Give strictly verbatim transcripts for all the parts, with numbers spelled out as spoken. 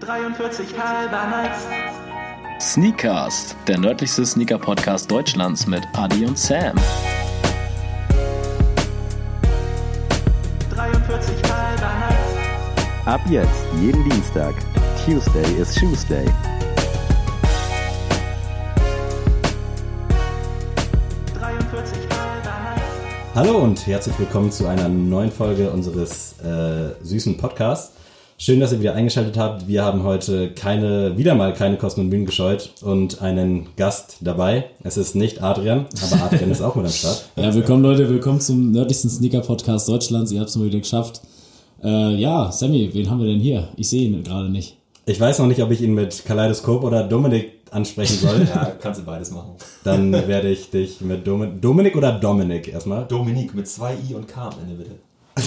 dreiundvierzig halber Nights. Sneakcast, der nördlichste Sneaker-Podcast Deutschlands mit Adi und Sam. dreiundvierzig halber Nights. Ab jetzt, jeden Dienstag. Tuesday is Shoesday. dreiundvierzig halber Nights. Hallo und herzlich willkommen zu einer neuen Folge unseres äh, süßen Podcasts. Schön, dass ihr wieder eingeschaltet habt. Wir haben heute keine, wieder mal keine Kosten und Mühen gescheut und einen Gast dabei. Es ist nicht Adrian, aber Adrian ist auch mit am Start. Ja, willkommen Leute, willkommen zum nördlichsten Sneaker-Podcast Deutschlands. Ihr habt es mal wieder geschafft. Äh, ja, Sammy, wen haben wir denn hier? Ich sehe ihn gerade nicht. Ich weiß noch nicht, ob ich ihn mit Kaleidoskop oder Dominik ansprechen soll. Ja, kannst du beides machen. Dann werde ich dich mit Domin- Dominik oder Dominik erstmal. Dominik mit zwei I und K am Ende, bitte.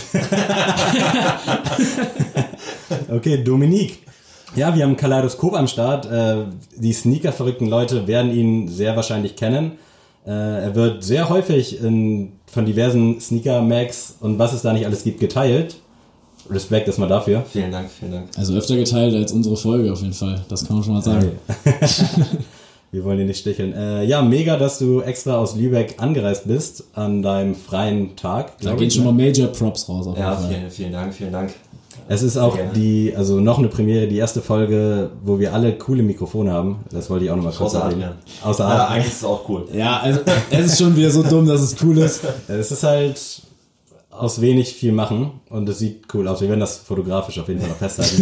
Okay, Dominik. Ja, wir haben Kaleidoskop am Start. Äh, die Sneaker-verrückten Leute werden ihn sehr wahrscheinlich kennen. Äh, er wird sehr häufig in, von diversen Sneaker-Mags und was es da nicht alles gibt, geteilt. Respekt erstmal dafür. Vielen Dank, vielen Dank. Also öfter geteilt als unsere Folge auf jeden Fall. Das kann man schon mal sagen. Wir wollen ihn nicht sticheln. Äh, ja, mega, dass du extra aus Lübeck angereist bist an deinem freien Tag. Da gehen schon mal Major Props raus auf jeden Ja, Fall. vielen, vielen Dank, vielen Dank. Es ist auch gerne. die, also noch eine Premiere, die erste Folge, wo wir alle coole Mikrofone haben. Das wollte ich auch nochmal kurz Außer erwähnen. Adrian. Außer Ja, Adrian. eigentlich ist es auch cool. Ja, also es ist schon wieder so dumm, dass es cool ist. Es ist halt aus wenig viel machen und es sieht cool aus. Wir werden das fotografisch auf jeden Fall noch festhalten.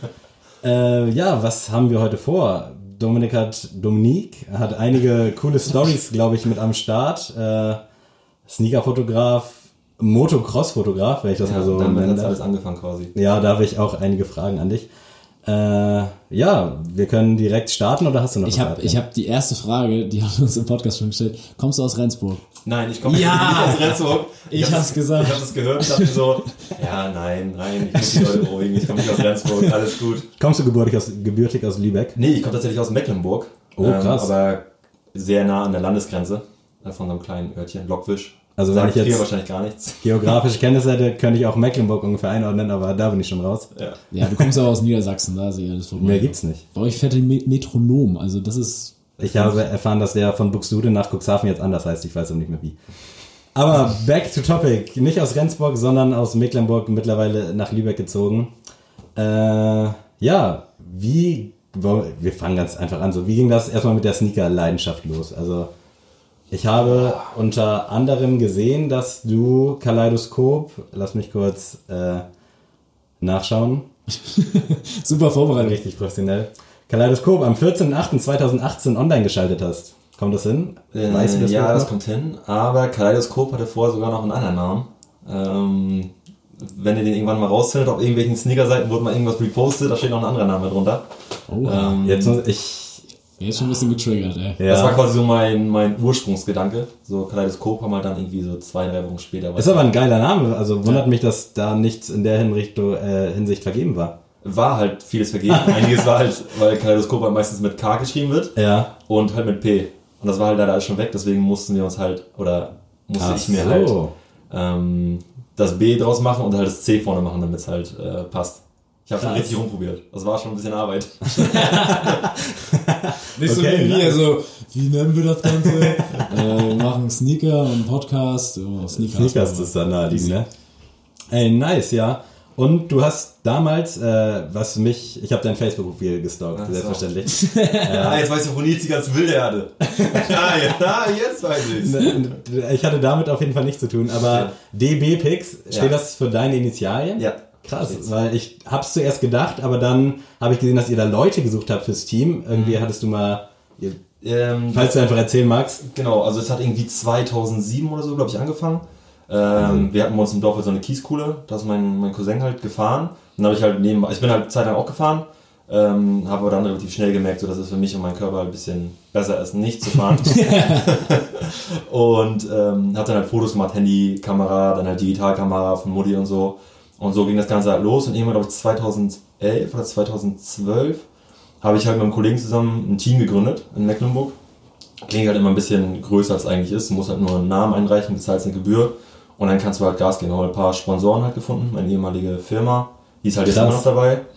äh, ja, was haben wir heute vor? Dominik hat, Dominik hat einige coole Stories, glaube ich, mit am Start. Äh, Sneaker-Fotograf, Motocross-Fotograf, wenn ich das Ja, mal so damit nennen hat darf. alles angefangen quasi. Ja, da habe ich auch einige Fragen an dich. Äh, ja, wir können direkt starten oder hast du noch Ich was? habe Adrian? ich hab die erste Frage, die hat uns im Podcast schon gestellt. Kommst du aus Rendsburg? Nein, ich komme Ja! nicht aus Rendsburg. Ich hab hab's das, gesagt. Ich habe das gehört und dachte so, ja, nein, nein, ich muss die Leute beruhigen, ich komme nicht aus Rendsburg, alles gut. Kommst du gebürtig aus, gebürtig aus Lübeck? Nee, ich komme tatsächlich aus Mecklenburg. Oh, krass. Ähm, aber sehr nah an der Landesgrenze, äh, von so einem kleinen Örtchen, Lockwisch. Also wenn Sagt ich jetzt- hier wahrscheinlich gar nichts. Geografische Kenntnisse hätte, könnte ich auch Mecklenburg ungefähr einordnen, aber da bin ich schon raus. Ja. Ja, du kommst auch aus Niedersachsen, da sehe ich alles vorbei. Mehr gibt's nicht. Bei euch fährt ein Me- Metronom, also das ist... Ich habe erfahren, dass der von Buxtehude nach Cuxhaven jetzt anders heißt. Ich weiß auch nicht mehr wie. Aber back to topic. Nicht aus Rendsburg, sondern aus Mecklenburg, mittlerweile nach Lübeck gezogen. Äh, ja, wie... Wir fangen ganz einfach an. So, wie ging das erstmal mit der Sneaker-Leidenschaft los? Also, ich habe unter anderem gesehen, dass du Kaleidoskop, lass mich kurz äh, nachschauen, Super vorbereitet. richtig professionell, Kaleidoskop am vierzehnten achten zweitausendachtzehn online geschaltet hast. Kommt das hin? Weißt du das Äh, ja, überhaupt das noch? kommt hin. Aber Kaleidoskop hatte vorher sogar noch einen anderen Namen. Ähm, wenn ihr den irgendwann mal rausfindet, auf irgendwelchen Sneaker-Seiten wurde mal irgendwas repostet, da steht noch ein anderer Name drunter. Oh, Ähm, Jetzt muss ich... jetzt schon ein bisschen getriggert, ey. Ja. Das war quasi so mein, mein Ursprungsgedanke. So Kaleidoskop haben wir dann irgendwie so zwei, drei Wochen später. Ist aber ein geiler Name. Also wundert mich, dass da nichts in der Hinrichtung, äh, Hinsicht vergeben war. War halt vieles vergeben. Einiges war halt, weil Kaleidoskop halt meistens mit K geschrieben wird Ja. und halt mit P. Und das war halt leider alles schon weg, deswegen mussten wir uns halt, oder musste Ach ich mir so. halt ähm, das B draus machen und halt das C vorne machen, damit es halt äh, passt. Ich habe schon Krass. richtig rumprobiert. Das war schon ein bisschen Arbeit. Nicht so Okay, wie wir, nice. so, wie nennen wir das Ganze? äh, wir machen Sneaker und Podcast. Oh, Sneaker. Sneakers ist dann naheliegend, ne? Ey, nice, ja. Und du hast damals, äh, was mich, ich habe dein Facebook-Profil gestalkt, Ach so. selbstverständlich. Ah, jetzt weiß ich, wo Nils die ganz wilde hatte. ah, ja, ah, jetzt weiß ich's. Ich hatte damit auf jeden Fall nichts zu tun, aber D B Pix, steht Ja. das für deine Initialien? Ja. Krass, Steht's. weil ich hab's zuerst gedacht, aber dann habe ich gesehen, dass ihr da Leute gesucht habt fürs Team. Mhm. Irgendwie hattest du mal, Ähm, falls du einfach erzählen magst. Genau, also es hat irgendwie zweitausendsieben oder so, glaube ich, angefangen. Ähm, wir hatten bei uns im Dorf halt so eine Kieskuhle, da ist mein, mein Cousin halt gefahren. Und dann habe ich halt neben, ich bin halt eine Zeit lang auch gefahren, ähm, habe aber dann relativ schnell gemerkt, so dass es für mich und meinen Körper ein bisschen besser ist, nicht zu fahren. und ähm, habe dann halt Fotos gemacht, Handy, Kamera, dann halt Digitalkamera von Mutti und so. Und so ging das Ganze halt los und irgendwann, glaube ich, zweitausendelf oder zweitausendzwölf habe ich halt mit einem Kollegen zusammen ein Team gegründet in Mecklenburg. Klingt halt immer ein bisschen größer als es eigentlich ist. Du musst halt nur einen Namen einreichen, bezahlst eine Gebühr und dann kannst du halt Gas geben. Wir haben ein paar Sponsoren halt gefunden, meine ehemalige Firma, die ist halt jetzt Krass. immer noch dabei.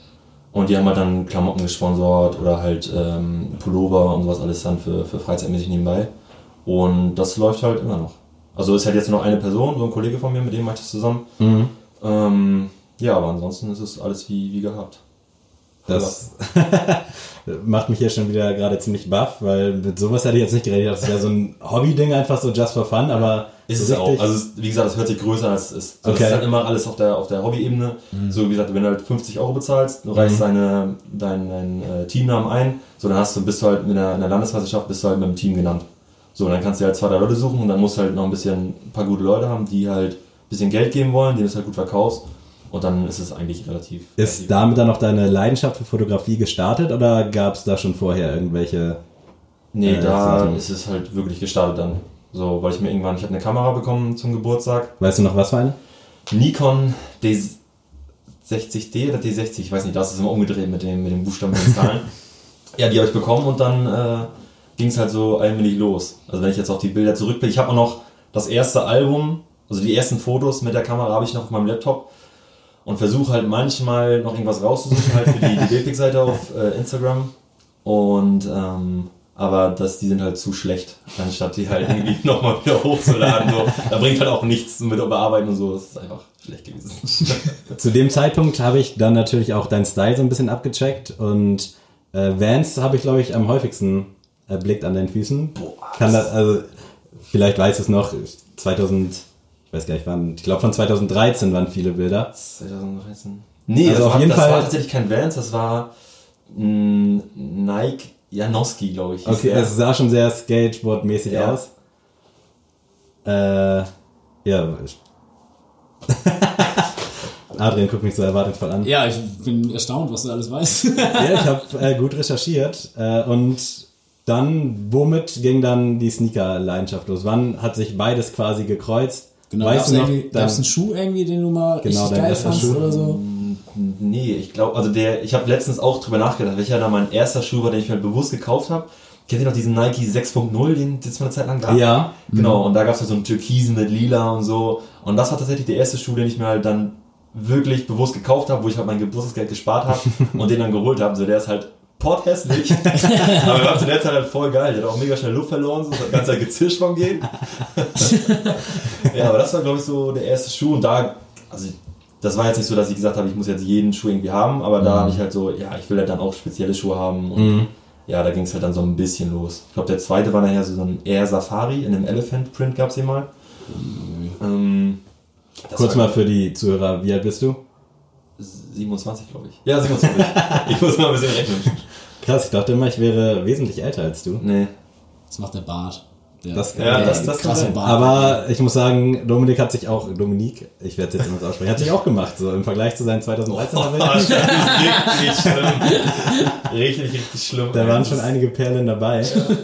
Und die haben halt dann Klamotten gesponsert oder halt ähm, Pullover und sowas alles dann für, für freizeitmäßig nebenbei. Und das läuft halt immer noch. Also ist halt jetzt nur noch eine Person, so ein Kollege von mir, mit dem mache ich das zusammen. Mhm. Ähm, ja, aber ansonsten ist es alles wie, wie gehabt. Das macht mich hier schon wieder gerade ziemlich baff, weil mit sowas hätte ich jetzt nicht gerechnet. Das wäre so ein Hobby-Ding, einfach so just for fun, aber ist so es auch. Also es, wie gesagt, es hört sich größer an, als es ist. Also okay. Das ist halt immer alles auf der, auf der Hobby-Ebene. Mhm. So wie gesagt, wenn du halt fünfzig Euro bezahlst, du reichst mhm. deine, deinen dein, äh, Teamnamen ein, so dann hast du, bist du halt in der, in der Landesmeisterschaft, bist du halt mit dem Team genannt. So, dann kannst du halt zwei, drei Leute suchen und dann musst du halt noch ein bisschen, ein paar gute Leute haben, die halt ein bisschen Geld geben wollen, denen du es halt gut verkaufst. Und dann ist es eigentlich relativ... Ist relativ damit dann noch deine Leidenschaft für Fotografie gestartet oder gab es da schon vorher irgendwelche... Nee, äh, da Sachen? ist es halt wirklich gestartet dann. So, weil ich mir irgendwann... Ich habe eine Kamera bekommen zum Geburtstag. Weißt du noch, was für eine? Nikon D sechzig D oder D sechzig, ich weiß nicht, das ist immer umgedreht mit dem, mit dem Buchstaben und den Zahlen. Ja, die habe ich bekommen und dann äh, ging es halt so allmählich los. Also wenn ich jetzt auf die Bilder zurückblicke, ich habe auch noch das erste Album, also die ersten Fotos mit der Kamera habe ich noch auf meinem Laptop. Und versuche halt manchmal noch irgendwas rauszusuchen, halt für die, die Bildpick-Seite auf äh, Instagram. Und, ähm, aber das, die sind halt zu schlecht, anstatt die halt irgendwie nochmal wieder hochzuladen. So. Da bringt halt auch nichts mit Bearbeiten und so, das ist einfach schlecht gewesen. Zu dem Zeitpunkt habe ich dann natürlich auch deinen Style so ein bisschen abgecheckt und äh, Vans habe ich, glaube ich, am häufigsten erblickt an deinen Füßen. Boah, Kann das, also, vielleicht weiß es noch, zweitausend... Ich weiß gar nicht wann, ich glaube von zweitausenddreizehn waren viele Bilder. zweitausenddreizehn? Nee, also das, auf war, jeden das Fall war tatsächlich kein Vans, das war mh, Nike Janowski, glaube ich. Okay, es sah schon sehr Skateboard-mäßig ja. aus. Äh, ja. Adrian guckt mich so erwartungsvoll an. Ja, ich bin erstaunt, was du alles weißt. Ja, ich habe äh, gut recherchiert äh, und dann, womit ging dann die Sneaker-Leidenschaft los? Wann hat sich beides quasi gekreuzt? Genau, weißt gab's du noch? Gab es einen Schuh irgendwie, den du mal genau, richtig geil fandst Schuh oder so? Nee, ich glaube, also der, ich habe letztens auch drüber nachgedacht, welcher da mein erster Schuh war, den ich mir bewusst gekauft habe. Kennt ihr noch diesen Nike sechs Punkt null, den es jetzt mal eine Zeit lang gab? Ja. Genau, und da gab es ja so einen Türkisen mit Lila und so. Und das war tatsächlich der erste Schuh, den ich mir halt dann wirklich bewusst gekauft habe, wo ich halt mein Geburtstagsgeld gespart habe und den dann geholt habe. So, der ist halt potthässlich, aber war zu der Zeit halt voll geil. Der hat auch mega schnell Luft verloren, so, das ganze gezischt vom Gehen. Ja, aber das war, glaube ich, so der erste Schuh und da, also das war jetzt nicht so, dass ich gesagt habe, ich muss jetzt jeden Schuh irgendwie haben, aber da mhm. habe ich halt so, ja, ich will halt dann auch spezielle Schuhe haben und mhm. ja, da ging es halt dann so ein bisschen los. Ich glaube, der zweite war nachher so ein Air Safari, in einem Elephant Print gab es den mal. Mhm. Ähm, Kurz mal für die Zuhörer, wie alt bist du? siebenundzwanzig, glaube ich. Ja, siebenundzwanzig. Ich muss mal ein bisschen rechnen. Krass, ich dachte immer, ich wäre wesentlich älter als du. Nee. Das macht der Bart. Der, das, ja, der das, das krasse kann Bart. Aber ich muss sagen, Dominik hat sich auch, Dominik, ich werde es jetzt immer so aussprechen, hat sich auch gemacht, so im Vergleich zu seinen zweitausenddreizehner Bildern. Das ist richtig schlimm. Richtig, richtig schlimm. Da waren schon einige Perlen dabei.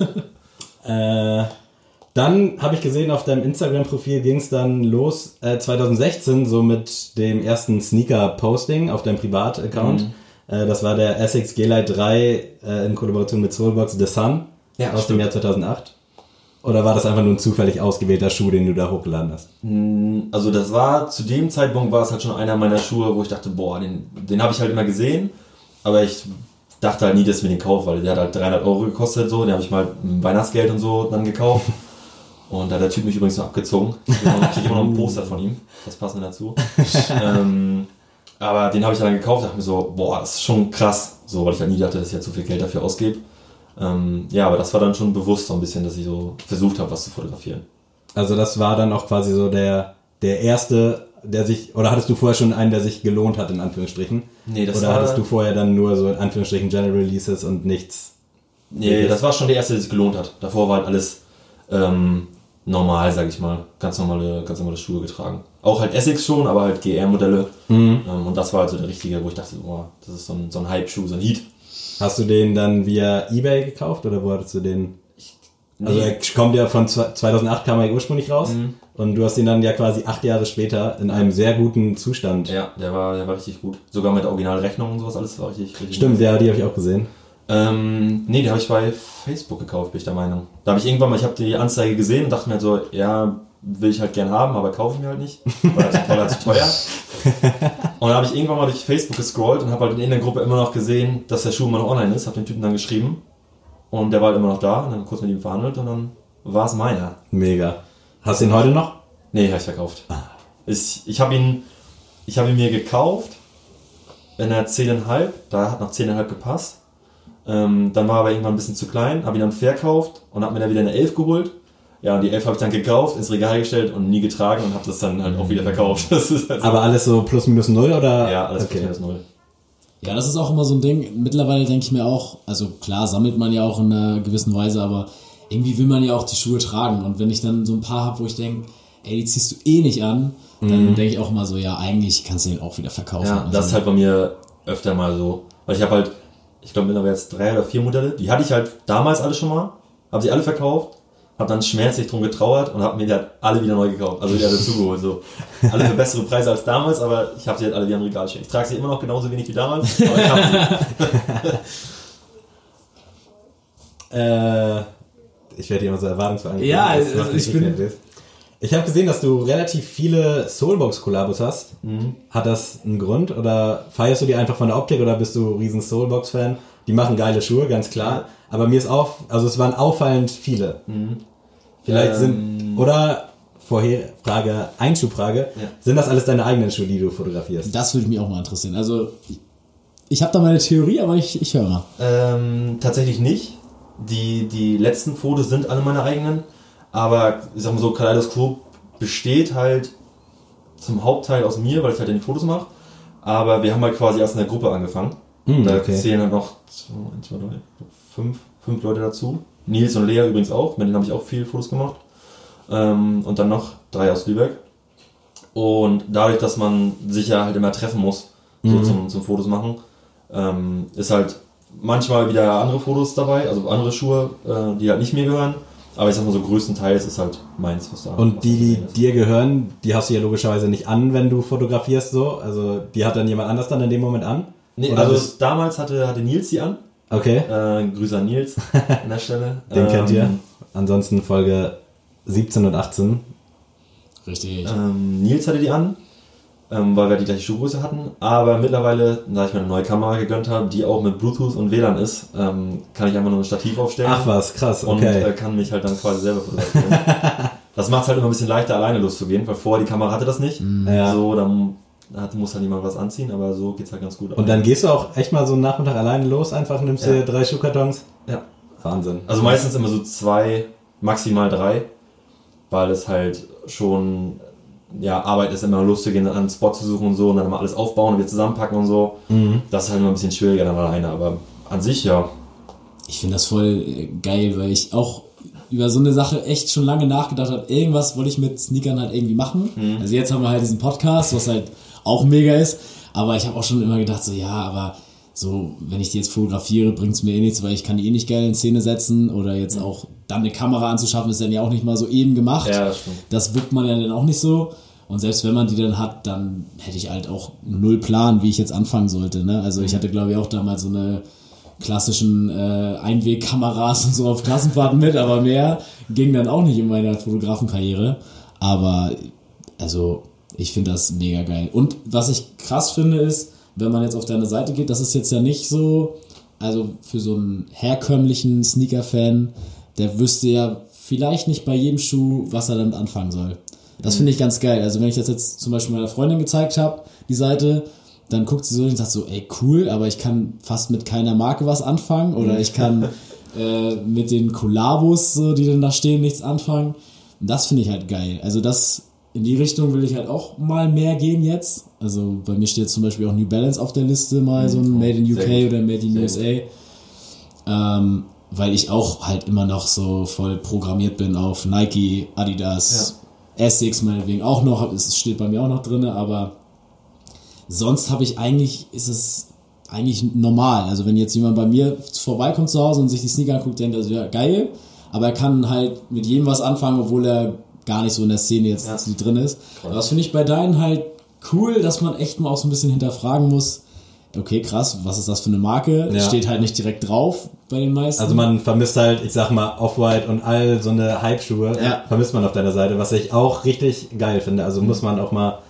Ja. Äh, dann habe ich gesehen, auf deinem Instagram-Profil ging es dann los, äh, zweitausendsechzehn, so mit dem ersten Sneaker-Posting auf deinem Privat-Account. Mhm. Äh, das war der Essex G-Lite drei äh, in Kollaboration mit Soulbox The Sun ja, aus stimmt. dem Jahr zweitausendacht. Oder war das einfach nur ein zufällig ausgewählter Schuh, den du da hochgeladen hast? Also das war, zu dem Zeitpunkt war es halt schon einer meiner Schuhe, wo ich dachte, boah, den, den habe ich halt immer gesehen, aber ich dachte halt nie, dass ich mir den kaufe, weil der hat halt dreihundert Euro gekostet, so, den habe ich mal mit Weihnachtsgeld und so dann gekauft. Und da hat der Typ mich übrigens noch abgezogen. Ich kriege immer, krieg immer noch ein Poster von ihm, das passt mir dazu. ähm, aber den habe ich dann gekauft, dachte mir so, boah, das ist schon krass, so, weil ich halt nie dachte, dass ich jetzt so viel Geld dafür ausgebe. Ähm, ja, aber das war dann schon bewusst so ein bisschen, dass ich so versucht habe, was zu fotografieren. Also das war dann auch quasi so der, der erste, der sich, oder hattest du vorher schon einen, der sich gelohnt hat, in Anführungsstrichen? Nee, das oder war... Oder hattest du vorher dann nur so in Anführungsstrichen General Releases und nichts? Nee, das war schon der erste, der sich gelohnt hat. Davor war halt alles ähm, normal, sag ich mal. Ganz normale, ganz normale Schuhe getragen. Auch halt Essex schon, aber halt G R-Modelle. Mhm. Ähm, und das war halt so der richtige, wo ich dachte, boah, das ist so ein, so ein Hype-Schuh, so ein Heat. Hast du den dann via eBay gekauft oder wo hattest du den? Nee. Also er kommt ja von zweitausendacht, kam er ursprünglich raus mhm. und du hast ihn dann ja quasi acht Jahre später in einem sehr guten Zustand. Ja, der war, der war richtig gut. Sogar mit der Originalrechnung und sowas, alles war richtig, richtig Stimmt, gut. ja, die habe ich auch gesehen. Ähm, nee, die habe ich bei Facebook gekauft, bin ich der Meinung. Da habe ich irgendwann mal, ich habe die Anzeige gesehen und dachte mir halt so, ja, will ich halt gern haben, aber kaufe ich mir halt nicht, weil er, weil er zu teuer. Und dann habe ich irgendwann mal durch Facebook gescrollt und habe halt in der Gruppe immer noch gesehen, dass der Schuh immer noch online ist. Habe den Typen dann geschrieben und der war halt immer noch da und dann kurz mit ihm verhandelt und dann war es meiner. Mega. Hast du ihn heute noch? Nee, habe ich verkauft. Ah. Ich, ich habe ihn, ich hab ihn mir gekauft in der zehn Komma fünf, da hat noch zehn Komma fünf gepasst. Ähm, dann war er aber irgendwann ein bisschen zu klein, habe ihn dann verkauft und habe mir dann wieder eine elf geholt. Ja, und die elf habe ich dann gekauft, ins Regal gestellt und nie getragen und habe das dann halt auch wieder verkauft. Das ist halt so. Aber alles so plus minus null oder? Ja, alles okay. plus minus null. Ja, das ist auch immer so ein Ding. Mittlerweile denke ich mir auch, also klar sammelt man ja auch in einer gewissen Weise, aber irgendwie will man ja auch die Schuhe tragen. Und wenn ich dann so ein paar habe, wo ich denke, ey, die ziehst du eh nicht an, dann mhm. denke ich auch mal so, ja, eigentlich kannst du den auch wieder verkaufen. Ja, das ist halt bei mir öfter mal so. Weil ich habe halt, ich glaube mittlerweile jetzt drei oder vier Modelle, die hatte ich halt damals alle schon mal, habe sie alle verkauft, habe dann schmerzlich drum getrauert und habe mir die halt alle wieder neu gekauft, also wieder dazugeholt. So. Alle für bessere Preise als damals, aber ich habe sie halt alle wieder im Regal stehen. Ich trage sie immer noch genauso wenig wie damals, aber ich habe sie. äh, ich werde dir immer so erwartungsvoll Ja, also ich bin... Ich habe gesehen, dass du relativ viele Soulbox-Kollabos hast. Mhm. Hat das einen Grund oder feierst du die einfach von der Optik oder bist du riesen Soulbox-Fan? Die machen geile Schuhe, ganz klar. Ja. Aber mir ist auf, also es waren auffallend viele. Mhm. Vielleicht ähm, sind, oder vorher Frage, Einschubfrage, ja. Sind das alles deine eigenen Schuhe, die du fotografierst? Das würde mich auch mal interessieren. Also ich habe da meine Theorie, aber ich, ich höre mal. Ähm, tatsächlich nicht. Die, die letzten Fotos sind alle meine eigenen. Aber ich sag mal so, Kaleidoskop besteht halt zum Hauptteil aus mir, weil ich halt die Fotos mache. Aber wir haben halt quasi erst in der Gruppe angefangen. Mm, da okay. zählen halt noch ein, zwei, drei, fünf, fünf Leute dazu. Nils und Lea übrigens auch, mit denen habe ich auch viele Fotos gemacht. Ähm, und dann noch drei aus Lübeck. Und dadurch, dass man sich ja halt immer treffen muss, so mm. zum, zum Fotos machen, ähm, ist halt manchmal wieder andere Fotos dabei, also andere Schuhe, äh, die halt nicht mir gehören. Aber ich sag mal so, größtenteils ist halt meins, was da. Und die, die dir gehören, die hast du ja logischerweise nicht an, wenn du fotografierst so. Also die hat dann jemand anders dann in dem Moment an? Nee, oder also das, damals hatte, hatte Nils die an. Okay. Äh, Grüße an Nils an der Stelle. Den ähm, kennt ihr. Ansonsten Folge siebzehn und achtzehn. Richtig. Ähm, Nils hatte die an, ähm, weil wir die gleiche Schuhgröße hatten. Aber mittlerweile, da ich mir eine neue Kamera gegönnt habe, die auch mit Bluetooth und W L A N ist, ähm, kann ich einfach nur ein Stativ aufstellen. Ach was, krass, okay. Und äh, kann mich halt dann quasi selber fotografieren. Das macht es halt immer ein bisschen leichter, alleine loszugehen, weil vorher die Kamera hatte das nicht. Mhm. Ja. So, dann hat, muss halt jemand was anziehen, aber so geht's halt ganz gut. Und dann gehst du auch echt mal so einen Nachmittag alleine los, einfach nimmst ja. dir drei Schuhkartons? Ja. Wahnsinn. Also meistens immer so zwei, maximal drei, weil es halt schon... ja, Arbeit ist immer loszugehen, dann einen Spot zu suchen und so und dann mal alles aufbauen und wieder zusammenpacken und so. Mhm. Das ist halt immer ein bisschen schwieriger dann alleine, aber an sich ja. Ich finde das voll geil, weil ich auch über so eine Sache echt schon lange nachgedacht habe. Irgendwas wollte ich mit Sneakern halt irgendwie machen. Mhm. Also jetzt haben wir halt diesen Podcast, was halt auch mega ist, aber ich habe auch schon immer gedacht, so ja, aber so, wenn ich die jetzt fotografiere, bringt es mir eh nichts, weil ich kann die eh nicht geil in Szene setzen oder jetzt mhm. auch dann eine Kamera anzuschaffen, ist dann ja auch nicht mal so eben gemacht. Ja, das stimmt. Das wirkt man ja dann auch nicht so. Und selbst wenn man die dann hat, dann hätte ich halt auch null Plan, wie ich jetzt anfangen sollte. Ne? Also ich hatte, glaube ich, auch damals so eine klassischen äh, Einwegkameras und so auf Klassenfahrten mit, aber mehr ging dann auch nicht in meiner Fotografenkarriere. Aber also ich finde das mega geil. Und was ich krass finde ist, wenn man jetzt auf deine Seite geht, das ist jetzt ja nicht so, also für so einen herkömmlichen Sneaker-Fan, der wüsste ja vielleicht nicht bei jedem Schuh, was er damit anfangen soll. Das finde ich ganz geil. Also wenn ich das jetzt zum Beispiel meiner Freundin gezeigt habe, die Seite, dann guckt sie so und sagt so, ey cool, aber ich kann fast mit keiner Marke was anfangen oder ich kann äh, mit den Kollabos, so, die dann da stehen, nichts anfangen. Und das finde ich halt geil. Also das, in die Richtung will ich halt auch mal mehr gehen jetzt. Also bei mir steht zum Beispiel auch New Balance auf der Liste, mal so ein Made in U K oder Made in U S A. Ähm, weil ich auch halt immer noch so voll programmiert bin auf Nike, Adidas, ja. Essex meinetwegen auch noch, es steht bei mir auch noch drin, aber sonst habe ich eigentlich, ist es eigentlich normal. Also wenn jetzt jemand bei mir vorbeikommt zu Hause und sich die Sneaker anguckt, denkt er, das wäre geil, aber er kann halt mit jedem was anfangen, obwohl er gar nicht so in der Szene jetzt ja. drin ist. Aber das finde ich bei deinen halt cool, dass man echt mal auch so ein bisschen hinterfragen muss, okay, krass, was ist das für eine Marke? Ja. Steht halt nicht direkt drauf bei den meisten. Also man vermisst halt, ich sag mal, Off-White und all so eine Hype-Schuhe, ja. vermisst man auf deiner Seite, was ich auch richtig geil finde. Also mhm. muss man auch mal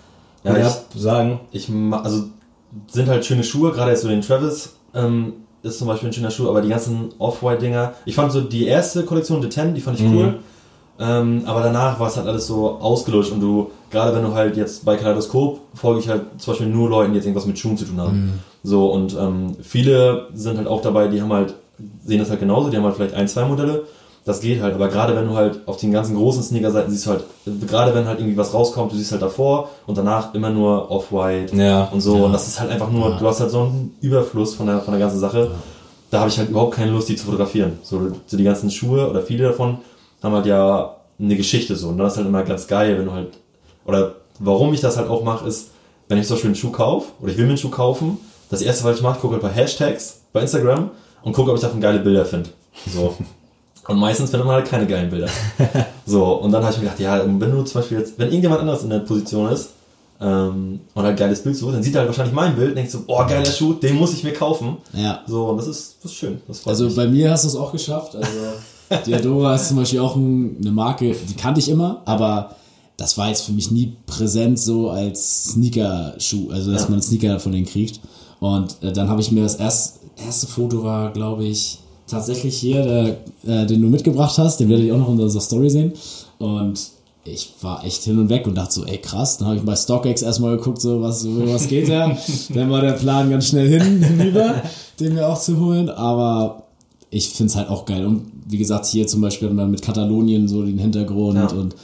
Ja, ja, ich, sagen. Ich ma- also sind halt schöne Schuhe, gerade jetzt so den Travis ähm, ist zum Beispiel ein schöner Schuh, aber die ganzen Off-White-Dinger, ich fand so die erste Kollektion, die zehn, die fand ich cool, mhm. ähm, aber danach war es halt alles so ausgelutscht und du, gerade wenn du halt jetzt bei Kaleidoskop, folge ich halt zum Beispiel nur Leuten, die jetzt irgendwas mit Schuhen zu tun haben. Mhm. So, und ähm, viele sind halt auch dabei, die haben halt, sehen das halt genauso, die haben halt vielleicht ein, zwei Modelle. Das geht halt, aber gerade wenn du halt auf den ganzen großen Sneaker-Seiten siehst du halt, gerade wenn halt irgendwie was rauskommt, du siehst halt davor und danach immer nur Off-White ja, und so. Ja. Und das ist halt einfach nur, ja. du hast halt so einen Überfluss von der, von der ganzen Sache. Ja. Da habe ich halt überhaupt keine Lust, die zu fotografieren. So, so die ganzen Schuhe oder viele davon haben halt ja eine Geschichte so. Und das ist halt immer ganz geil, wenn du halt, oder warum ich das halt auch mache, ist, wenn ich zum Beispiel einen Schuh kaufe oder ich will mir einen Schuh kaufen, das erste, was ich mache, gucke halt bei Hashtags bei Instagram und gucke, ob ich davon geile Bilder finde. So. Und meistens findet man halt keine geilen Bilder. So, und dann habe ich mir gedacht, ja, wenn du zum Beispiel jetzt, wenn irgendjemand anders in der Position ist ähm, und halt geiles Bild sucht, dann sieht er halt wahrscheinlich mein Bild und denkt so, oh, geiler Schuh, den muss ich mir kaufen. Ja. So, und das ist, das ist schön. Das also mich. Bei mir hast du es auch geschafft. Also Diadora ist zum Beispiel auch ein, eine Marke, die kannte ich immer, aber das war jetzt für mich nie präsent so als Sneaker-Schuh, also dass ja. man einen Sneaker von denen kriegt. Und äh, dann habe ich mir das erst, erste Foto war, glaube ich, tatsächlich hier, der, äh, den du mitgebracht hast, den werdet ihr auch noch in unserer Story sehen. Und ich war echt hin und weg und dachte so, ey krass, dann habe ich bei StockX erstmal geguckt, so was, was geht da. Dann war der Plan ganz schnell hin, hinüber, den mir auch zu holen. Aber ich finde es halt auch geil. Und wie gesagt, hier zum Beispiel hat man mit Katalonien so den Hintergrund ja. und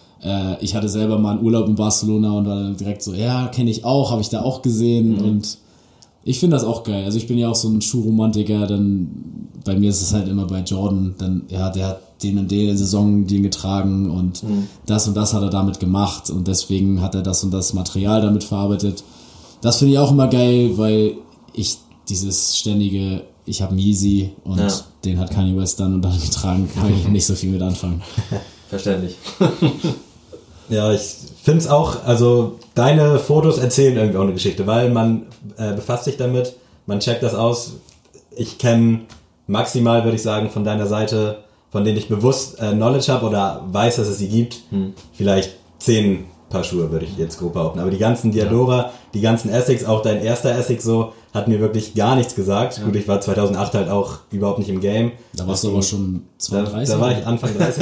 äh, ich hatte selber mal einen Urlaub in Barcelona und war dann direkt so, ja, kenne ich auch, habe ich da auch gesehen mhm. und ich finde das auch geil. Also ich bin ja auch so ein Schuhromantiker, dann bei mir ist es halt immer bei Jordan, dann ja, der hat den und den Saison den getragen und mhm. das und das hat er damit gemacht und deswegen hat er das und das Material damit verarbeitet. Das finde ich auch immer geil, weil ich dieses ständige, ich habe Yeezy und ja. den hat Kanye West dann und dann getragen, kann ich nicht so viel mit anfangen. Verständlich. Ja, ich finde es auch, also deine Fotos erzählen irgendwie auch eine Geschichte, weil man äh, befasst sich damit, man checkt das aus. Ich kenne maximal, würde ich sagen, von deiner Seite, von denen ich bewusst äh, Knowledge habe oder weiß, dass es sie gibt, hm. vielleicht zehn Paar Schuhe, würde ich jetzt grob behaupten. Aber die ganzen Diadora, ja. die ganzen Essex, auch dein erster Essex so, hat mir wirklich gar nichts gesagt. Ja. Gut, ich war zweitausendacht halt auch überhaupt nicht im Game. Da warst du aber schon zweiunddreißig. Da, da war ich Anfang dreißig.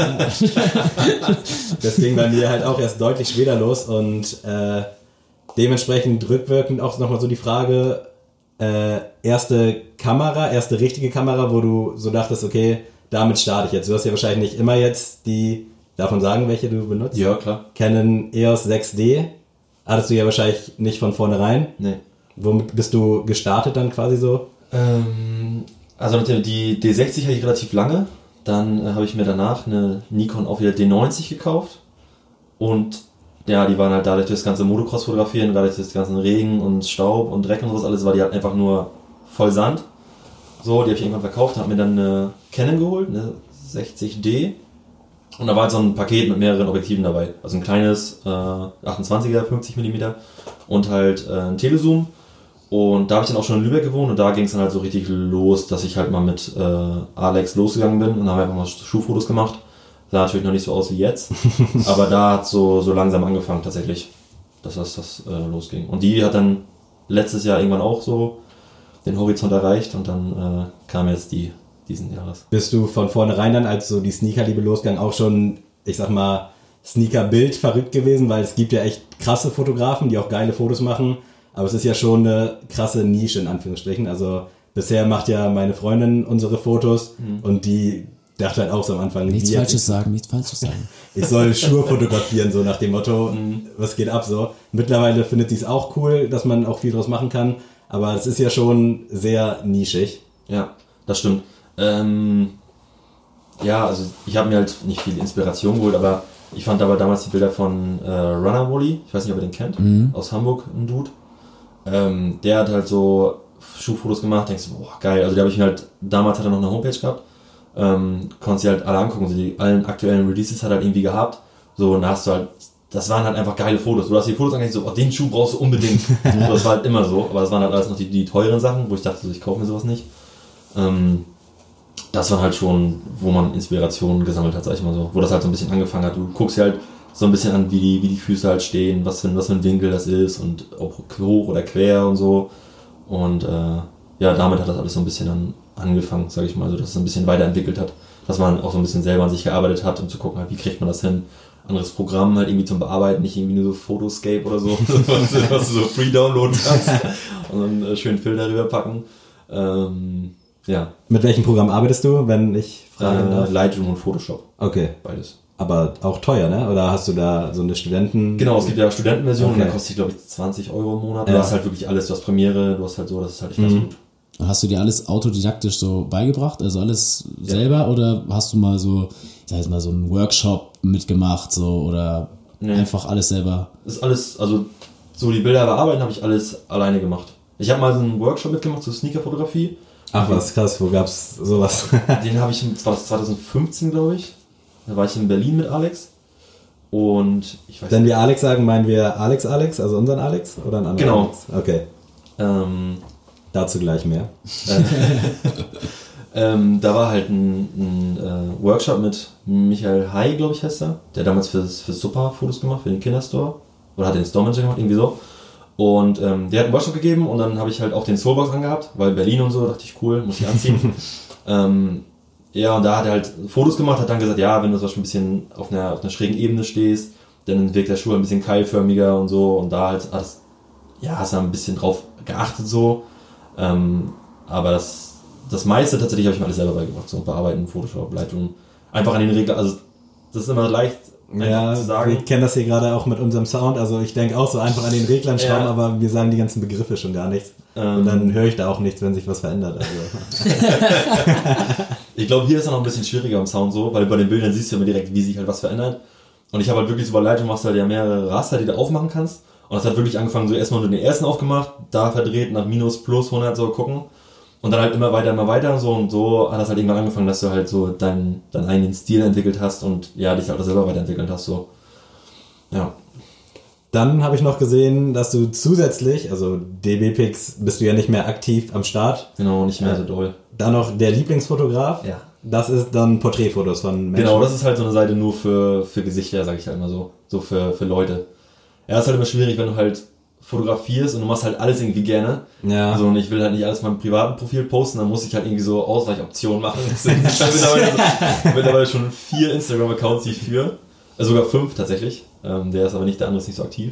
Das ging bei mir halt auch erst deutlich später los und äh, dementsprechend rückwirkend auch nochmal so die Frage, äh, erste Kamera, erste richtige Kamera, wo du so dachtest, okay, damit starte ich jetzt. Du hast ja wahrscheinlich nicht immer jetzt die, darf man sagen, welche du benutzt? Ja, klar. Canon E O S sechs D. Hattest du ja wahrscheinlich nicht von vornherein. Nee. Womit bist du gestartet dann quasi so? Ähm, also die D sechzig hatte ich relativ lange. Dann äh, habe ich mir danach eine Nikon auch wieder D neunzig gekauft. Und ja, die waren halt dadurch das ganze Motocross fotografieren, dadurch das ganze Regen und Staub und Dreck und sowas alles, war die halt einfach nur voll Sand. So, die habe ich irgendwann verkauft, habe mir dann eine Canon geholt, eine sechzig D. Und da war halt so ein Paket mit mehreren Objektiven dabei. Also ein kleines äh, achtundzwanziger, fünfzig Millimeter und halt äh, ein Telezoom. Und da habe ich dann auch schon in Lübeck gewohnt und da ging es dann halt so richtig los, dass ich halt mal mit äh, Alex losgegangen bin und dann haben wir einfach mal Schuhfotos gemacht. Sah natürlich noch nicht so aus wie jetzt, aber da hat so so langsam angefangen tatsächlich, dass das, das äh, losging. Und die hat dann letztes Jahr irgendwann auch so den Horizont erreicht und dann äh, kam jetzt die diesen Jahres. Bist du von vornherein dann, als so die Sneakerliebe losgegangen, auch schon, ich sag mal, Sneaker-Bild verrückt gewesen? Weil es gibt ja echt krasse Fotografen, die auch geile Fotos machen, aber es ist ja schon eine krasse Nische in Anführungsstrichen. Also bisher macht ja meine Freundin unsere Fotos mhm. und die dachte halt auch so am Anfang... Nichts Falsches sagen, nichts Falsches sagen. Ich soll Schuhe fotografieren, so nach dem Motto, mhm. was geht ab so. Mittlerweile findet sie es auch cool, dass man auch viel draus machen kann, aber es ist ja schon sehr nischig. Ja, das stimmt. Ähm, ja, also ich habe mir halt nicht viel Inspiration geholt, aber ich fand aber damals die Bilder von äh, Runner Wally, ich weiß nicht, ob ihr den kennt, mhm. aus Hamburg, ein Dude. Ähm, der hat halt so Schuhfotos gemacht, denkst du, boah, geil, also die habe ich mir halt, damals hat er noch eine Homepage gehabt, ähm, konntest du halt alle angucken, so die allen aktuellen Releases hat er halt irgendwie gehabt, so, und da hast du halt, das waren halt einfach geile Fotos, du hast die Fotos angeguckt, so, oh, den Schuh brauchst du unbedingt, so, das war halt immer so, aber das waren halt alles noch die, die teuren Sachen, wo ich dachte, so, ich kaufe mir sowas nicht. Ähm, das war halt schon, wo man Inspiration gesammelt hat, sag ich mal so, wo das halt so ein bisschen angefangen hat. Du guckst ja halt so ein bisschen an, wie die, wie die Füße halt stehen, was für, was für ein Winkel das ist und ob hoch oder quer und so. Und äh, ja, damit hat das alles so ein bisschen dann angefangen, sage ich mal, so dass es ein bisschen weiterentwickelt hat. Dass man auch so ein bisschen selber an sich gearbeitet hat, um zu gucken, wie kriegt man das hin. Anderes Programm halt irgendwie zum Bearbeiten, nicht irgendwie nur so Photoscape oder so, was, was du so free downloaden kannst und dann äh, schön Filter rüberpacken. Ähm, ja. Mit welchem Programm arbeitest du, wenn ich fragen Äh, darf? Lightroom und Photoshop, Okay. beides. Aber auch teuer, ne? Oder hast du da so eine Studenten... Genau, es gibt ja Studentenversionen, Okay. da kostet die, glaube ich, zwanzig Euro im Monat. Ja. Du hast halt wirklich alles, du hast Premiere, du hast halt so, das ist halt echt ganz Mhm. gut. Und hast du dir alles autodidaktisch so beigebracht, also alles selber, oder hast du mal so, ich sag jetzt mal, so einen Workshop mitgemacht, so, oder Nee. einfach alles selber? Das ist alles, also so die Bilder bearbeiten habe ich alles alleine gemacht. Ich habe mal so einen Workshop mitgemacht zur Sneakerfotografie. Ach was, krass, wo gab's sowas? Den habe ich, das war das zwanzig fünfzehn, glaube ich. Da war ich in Berlin mit Alex. Und ich weiß Wenn wir Alex sagen, meinen wir Alex Alex, also unseren Alex oder einen anderen Genau. Alex? Okay, ähm, dazu gleich mehr. äh, ähm, da war halt ein, ein äh, Workshop mit Michael Hay, glaube ich, heißt er. Der hat damals fürs, fürs Super Fotos gemacht, für den Kinderstore. Oder hat den Store Manager gemacht, irgendwie so. Und ähm, der hat einen Workshop gegeben und dann habe ich halt auch den Soulbox angehabt, weil Berlin und so, dachte ich, cool, muss ich anziehen. ähm, ja, und da hat er halt Fotos gemacht, hat dann gesagt, ja, wenn du zum Beispiel ein bisschen auf einer, auf einer schrägen Ebene stehst, dann wirkt der Schuh ein bisschen keilförmiger und so. Und da halt, hast, ja, hast du ein bisschen drauf geachtet so. Ähm, aber das, das meiste tatsächlich habe ich mir alles selber beigebracht, so bearbeiten, Photoshop, Lightroom. Einfach an den Reglern, also das ist immer leicht Ja, zu sagen. wir kennen das hier gerade auch mit unserem Sound, also ich denke auch so einfach an den Reglern schrauben, Ja. aber wir sagen die ganzen Begriffe schon gar nichts. Ähm. Und dann höre ich da auch nichts, wenn sich was verändert. Also. Ich glaube, hier ist es noch ein bisschen schwieriger im Sound so, weil bei den Bildern siehst du ja immer direkt, wie sich halt was verändert. Und ich habe halt wirklich so bei Lightroom machst du halt ja mehrere Raster, die du aufmachen kannst. Und das hat wirklich angefangen, so erstmal nur den ersten aufgemacht, da verdreht, nach minus, plus hundert so gucken. Und dann halt immer weiter, immer weiter so. Und so hat das halt irgendwann angefangen, dass du halt so deinen, deinen eigenen Stil entwickelt hast und ja, dich halt auch selber weiterentwickelt hast, so. Ja. Dann habe ich noch gesehen, dass du zusätzlich, also D B Pix bist du ja nicht mehr aktiv am Start, Genau, nicht mehr so doll. dann noch der Lieblingsfotograf. Ja. Das ist dann Porträtfotos von Menschen. Genau, das ist halt so eine Seite nur für, für Gesichter, sag ich halt immer so. So für, für Leute. Ja, ist halt immer schwierig, wenn du halt fotografierst und du machst halt alles irgendwie gerne. Ja. Also, und ich will halt nicht alles in meinem privaten Profil posten, dann muss ich halt irgendwie so Ausweichoptionen machen. Deswegen ich habe mittlerweile, so, mittlerweile schon vier Instagram-Accounts, die ich führe. Also sogar fünf tatsächlich. Ähm, der ist aber nicht, der andere ist nicht so aktiv.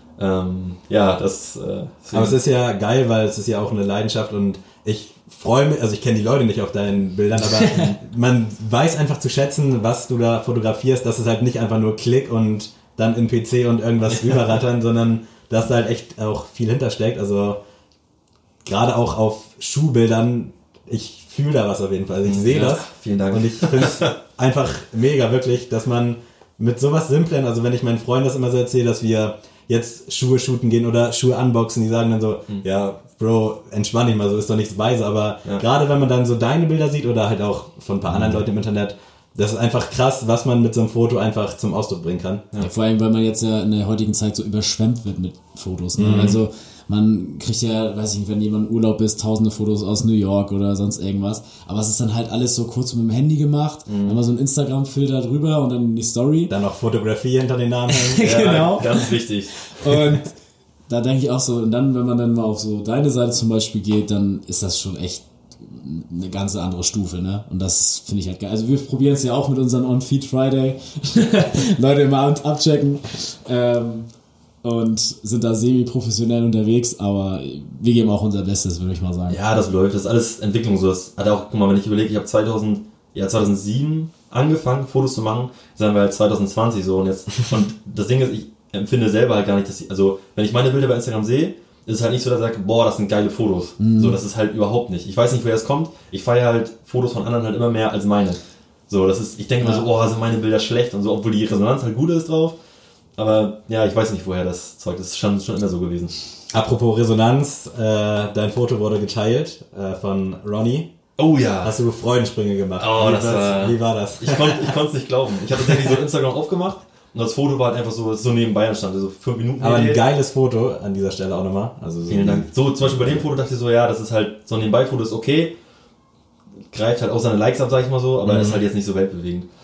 Ähm, ja, das... Äh, Aber es ist ja geil, weil es ist ja auch eine Leidenschaft und ich freue mich, also ich kenne die Leute nicht auf deinen Bildern, aber man weiß einfach zu schätzen, was du da fotografierst, dass es halt nicht einfach nur Klick und dann in P C und irgendwas rüberrattern, sondern dass da halt echt auch viel hintersteckt. Also gerade auch auf Schuhbildern, ich fühle da was auf jeden Fall. Also ich sehe Ja, das. vielen Dank. Und ich finde es einfach mega, wirklich, dass man mit sowas Simplen, also wenn ich meinen Freunden das immer so erzähle, dass wir jetzt Schuhe shooten gehen oder Schuhe unboxen, die sagen dann so, Mhm. ja, Bro, entspann dich mal, so ist doch nichts weise, aber Ja. gerade wenn man dann so deine Bilder sieht oder halt auch von ein paar anderen Leuten im Internet, das ist einfach krass, was man mit so einem Foto einfach zum Ausdruck bringen kann. Ja, vor allem, weil man jetzt ja in der heutigen Zeit so überschwemmt wird mit Fotos. Ne? Also man kriegt ja, weiß ich nicht, wenn jemand im Urlaub ist, tausende Fotos aus New York oder sonst irgendwas. Aber es ist dann halt alles so kurz mit dem Handy gemacht. Dann mal so ein Instagram-Filter drüber und dann die Story. Dann noch Fotografie hinter den Namen hängen. Ja, Genau. ganz wichtig. Und da denke ich auch so, und dann, wenn man dann mal auf so deine Seite zum Beispiel geht, dann ist das schon echt eine ganz andere Stufe, ne? Und das finde ich halt geil. Also wir probieren es ja auch mit unseren On-Feed Friday. Leute immer ab- abchecken. Ähm, und sind da semi-professionell unterwegs, aber wir geben auch unser Bestes, würde ich mal sagen. Ja, das läuft. Das ist alles Entwicklung. So, das hat auch, guck mal, wenn ich überlege, ich habe zweitausend, ja, zweitausendsieben angefangen, Fotos zu machen, sagen wir halt zwanzig zwanzig so und jetzt, und das Ding ist, ich empfinde selber halt gar nicht, dass ich, also, wenn ich meine Bilder bei Instagram sehe, ist es halt nicht so, dass ich sage, boah, das sind geile Fotos. So, das ist halt überhaupt nicht. Ich weiß nicht, woher das kommt. Ich feiere halt Fotos von anderen halt immer mehr als meine. So, das ist, ich denke mir so, boah, sind meine Bilder schlecht und so, obwohl die Resonanz halt gut ist drauf. Aber ja, ich weiß nicht, woher das Zeug ist. Das ist schon, schon immer so gewesen. Apropos Resonanz, äh, dein Foto wurde geteilt äh, von Ronny. Oh ja. Hast du Freudensprünge gemacht? Oh, wie, das was, war- wie war das? Ich konnte ich konnte es nicht glauben. Ich habe tatsächlich so Instagram aufgemacht und das Foto war halt einfach so, so nebenbei entstanden, so fünf Minuten. Aber ein Idee. geiles Foto an dieser Stelle auch nochmal. Also so Vielen Dank. So, zum Beispiel bei dem Foto dachte ich so, ja, das ist halt, so ein Nebenbei-Foto ist okay, greift halt auch seine Likes ab, sag ich mal so, aber Mhm. ist halt jetzt nicht so weltbewegend.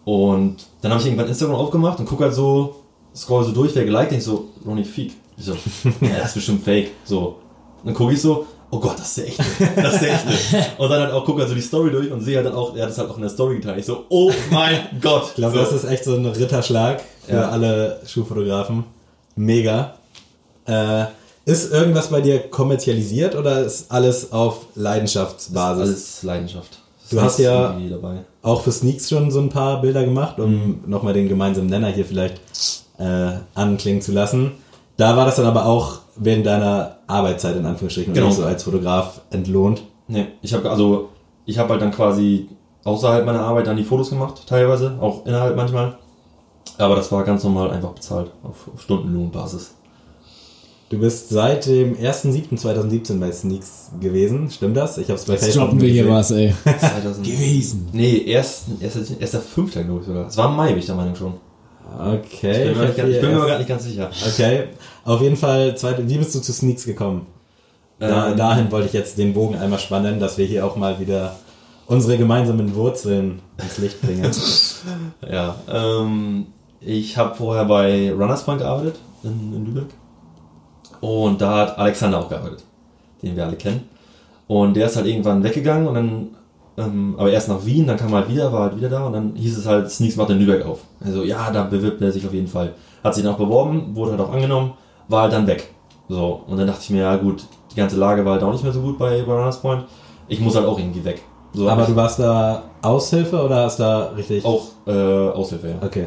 Und dann habe ich irgendwann Instagram aufgemacht und gucke halt so, scroll so durch, wer geliked, denke ich so, Ronny Feek. Ich so, ja, das ist bestimmt fake. So. Und dann gucke ich so, oh Gott, das ist der echte. Das ist der echte. Und dann halt auch gucke halt so die Story durch und sehe halt dann auch, er hat das halt auch in der Story geteilt. Ich so, oh mein Gott. Ich glaube, so. das ist echt so ein Ritterschlag für Ja. alle Schuhfotografen. Mega. Äh, ist irgendwas bei dir kommerzialisiert oder ist alles auf Leidenschaftsbasis? Alles Leidenschaft. Das Du ist hast ja irgendwie dabei. auch für Sneaks schon so ein paar Bilder gemacht, um Mhm. nochmal den gemeinsamen Nenner hier vielleicht äh, anklingen zu lassen. Da war das dann aber auch während deiner Arbeitszeit in Anführungsstrichen Genau. und nicht so als Fotograf entlohnt. Nee, ich habe also, ich habe halt dann quasi außerhalb meiner Arbeit dann die Fotos gemacht, teilweise, auch innerhalb manchmal. Aber das war ganz normal einfach bezahlt, auf, auf Stundenlohnbasis. Du bist seit dem ersten siebten zweitausendsiebzehn bei Sneaks gewesen, stimmt das? Ich habe es bei Jetzt droppen wir hier gesehen. was, ey. zweitausend Gewesen. Nee, erst, erst, erst der fünfte, glaube ich sogar. Es war im Mai, bin ich der Meinung schon. Okay. Ich bin mir, nicht, hätte ich bin mir erst- aber gar nicht ganz sicher. Okay, auf jeden Fall, zweite, wie bist du zu Sneaks gekommen? Da, Ähm, dahin wollte ich jetzt den Bogen einmal spannen, dass wir hier auch mal wieder unsere gemeinsamen Wurzeln ins Licht bringen. Ja, ähm, ich habe vorher bei Runners Point gearbeitet in, in Lübeck. Und da hat Alexander auch gearbeitet, den wir alle kennen. Und der ist halt irgendwann weggegangen und dann, ähm, aber erst nach Wien, dann kam er halt wieder, war halt wieder da und dann hieß es halt, Sneaks macht in Lübeck auf. Also ja, da bewirbt er sich auf jeden Fall. Hat sich dann auch beworben, wurde halt auch angenommen, war halt dann weg. So, und dann dachte ich mir, ja gut, die ganze Lage war halt auch nicht mehr so gut bei, bei Runners Point. Ich muss halt auch irgendwie weg. So, Aber hab du ich warst da Aushilfe oder hast da richtig... auch äh, Aushilfe, ja. Okay.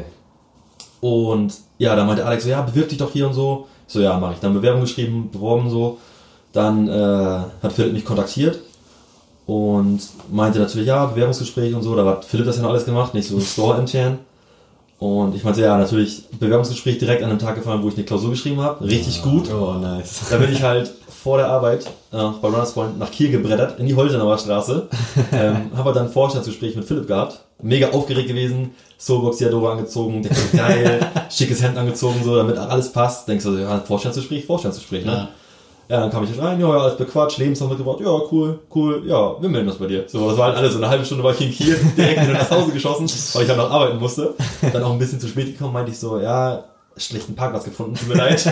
Und ja, da meinte Alex so, ja, bewirb dich doch hier und so. Ich so, ja, mache ich. Dann Bewerbung geschrieben, beworben so. Dann äh, hat Philipp mich kontaktiert und meinte natürlich, ja, Bewerbungsgespräch und so. Da hat Philipp das ja noch alles gemacht, nicht so Store intern. Und ich meinte, ja, natürlich Bewerbungsgespräch direkt an einem Tag gefallen, wo ich eine Klausur geschrieben habe. Richtig gut. Oh, nice. Da bin ich halt vor der Arbeit äh, bei Runners Point nach Kiel gebrettert, in die Holtenauer Straße. ähm, habe dann ein Vorstandsgespräch mit Philipp gehabt. Mega aufgeregt gewesen. Soulbox Diadora angezogen. Denkst du, geil. Schickes Hemd angezogen, so, damit alles passt. Denkst du, ja, Vorstandsgespräch, Vorstandsgespräch, ne? Ja. Ja, dann kam ich rein, ja, ja, alles bequatscht, Lebenslauf mitgebracht, ja, cool, cool, ja, wir melden das bei dir. So, das war halt alles, so eine halbe Stunde war ich in Kiel, direkt wieder nach Hause geschossen, weil ich halt noch arbeiten musste. Dann auch ein bisschen zu spät gekommen, meinte ich so, ja, schlechten Parkplatz gefunden, tut mir leid.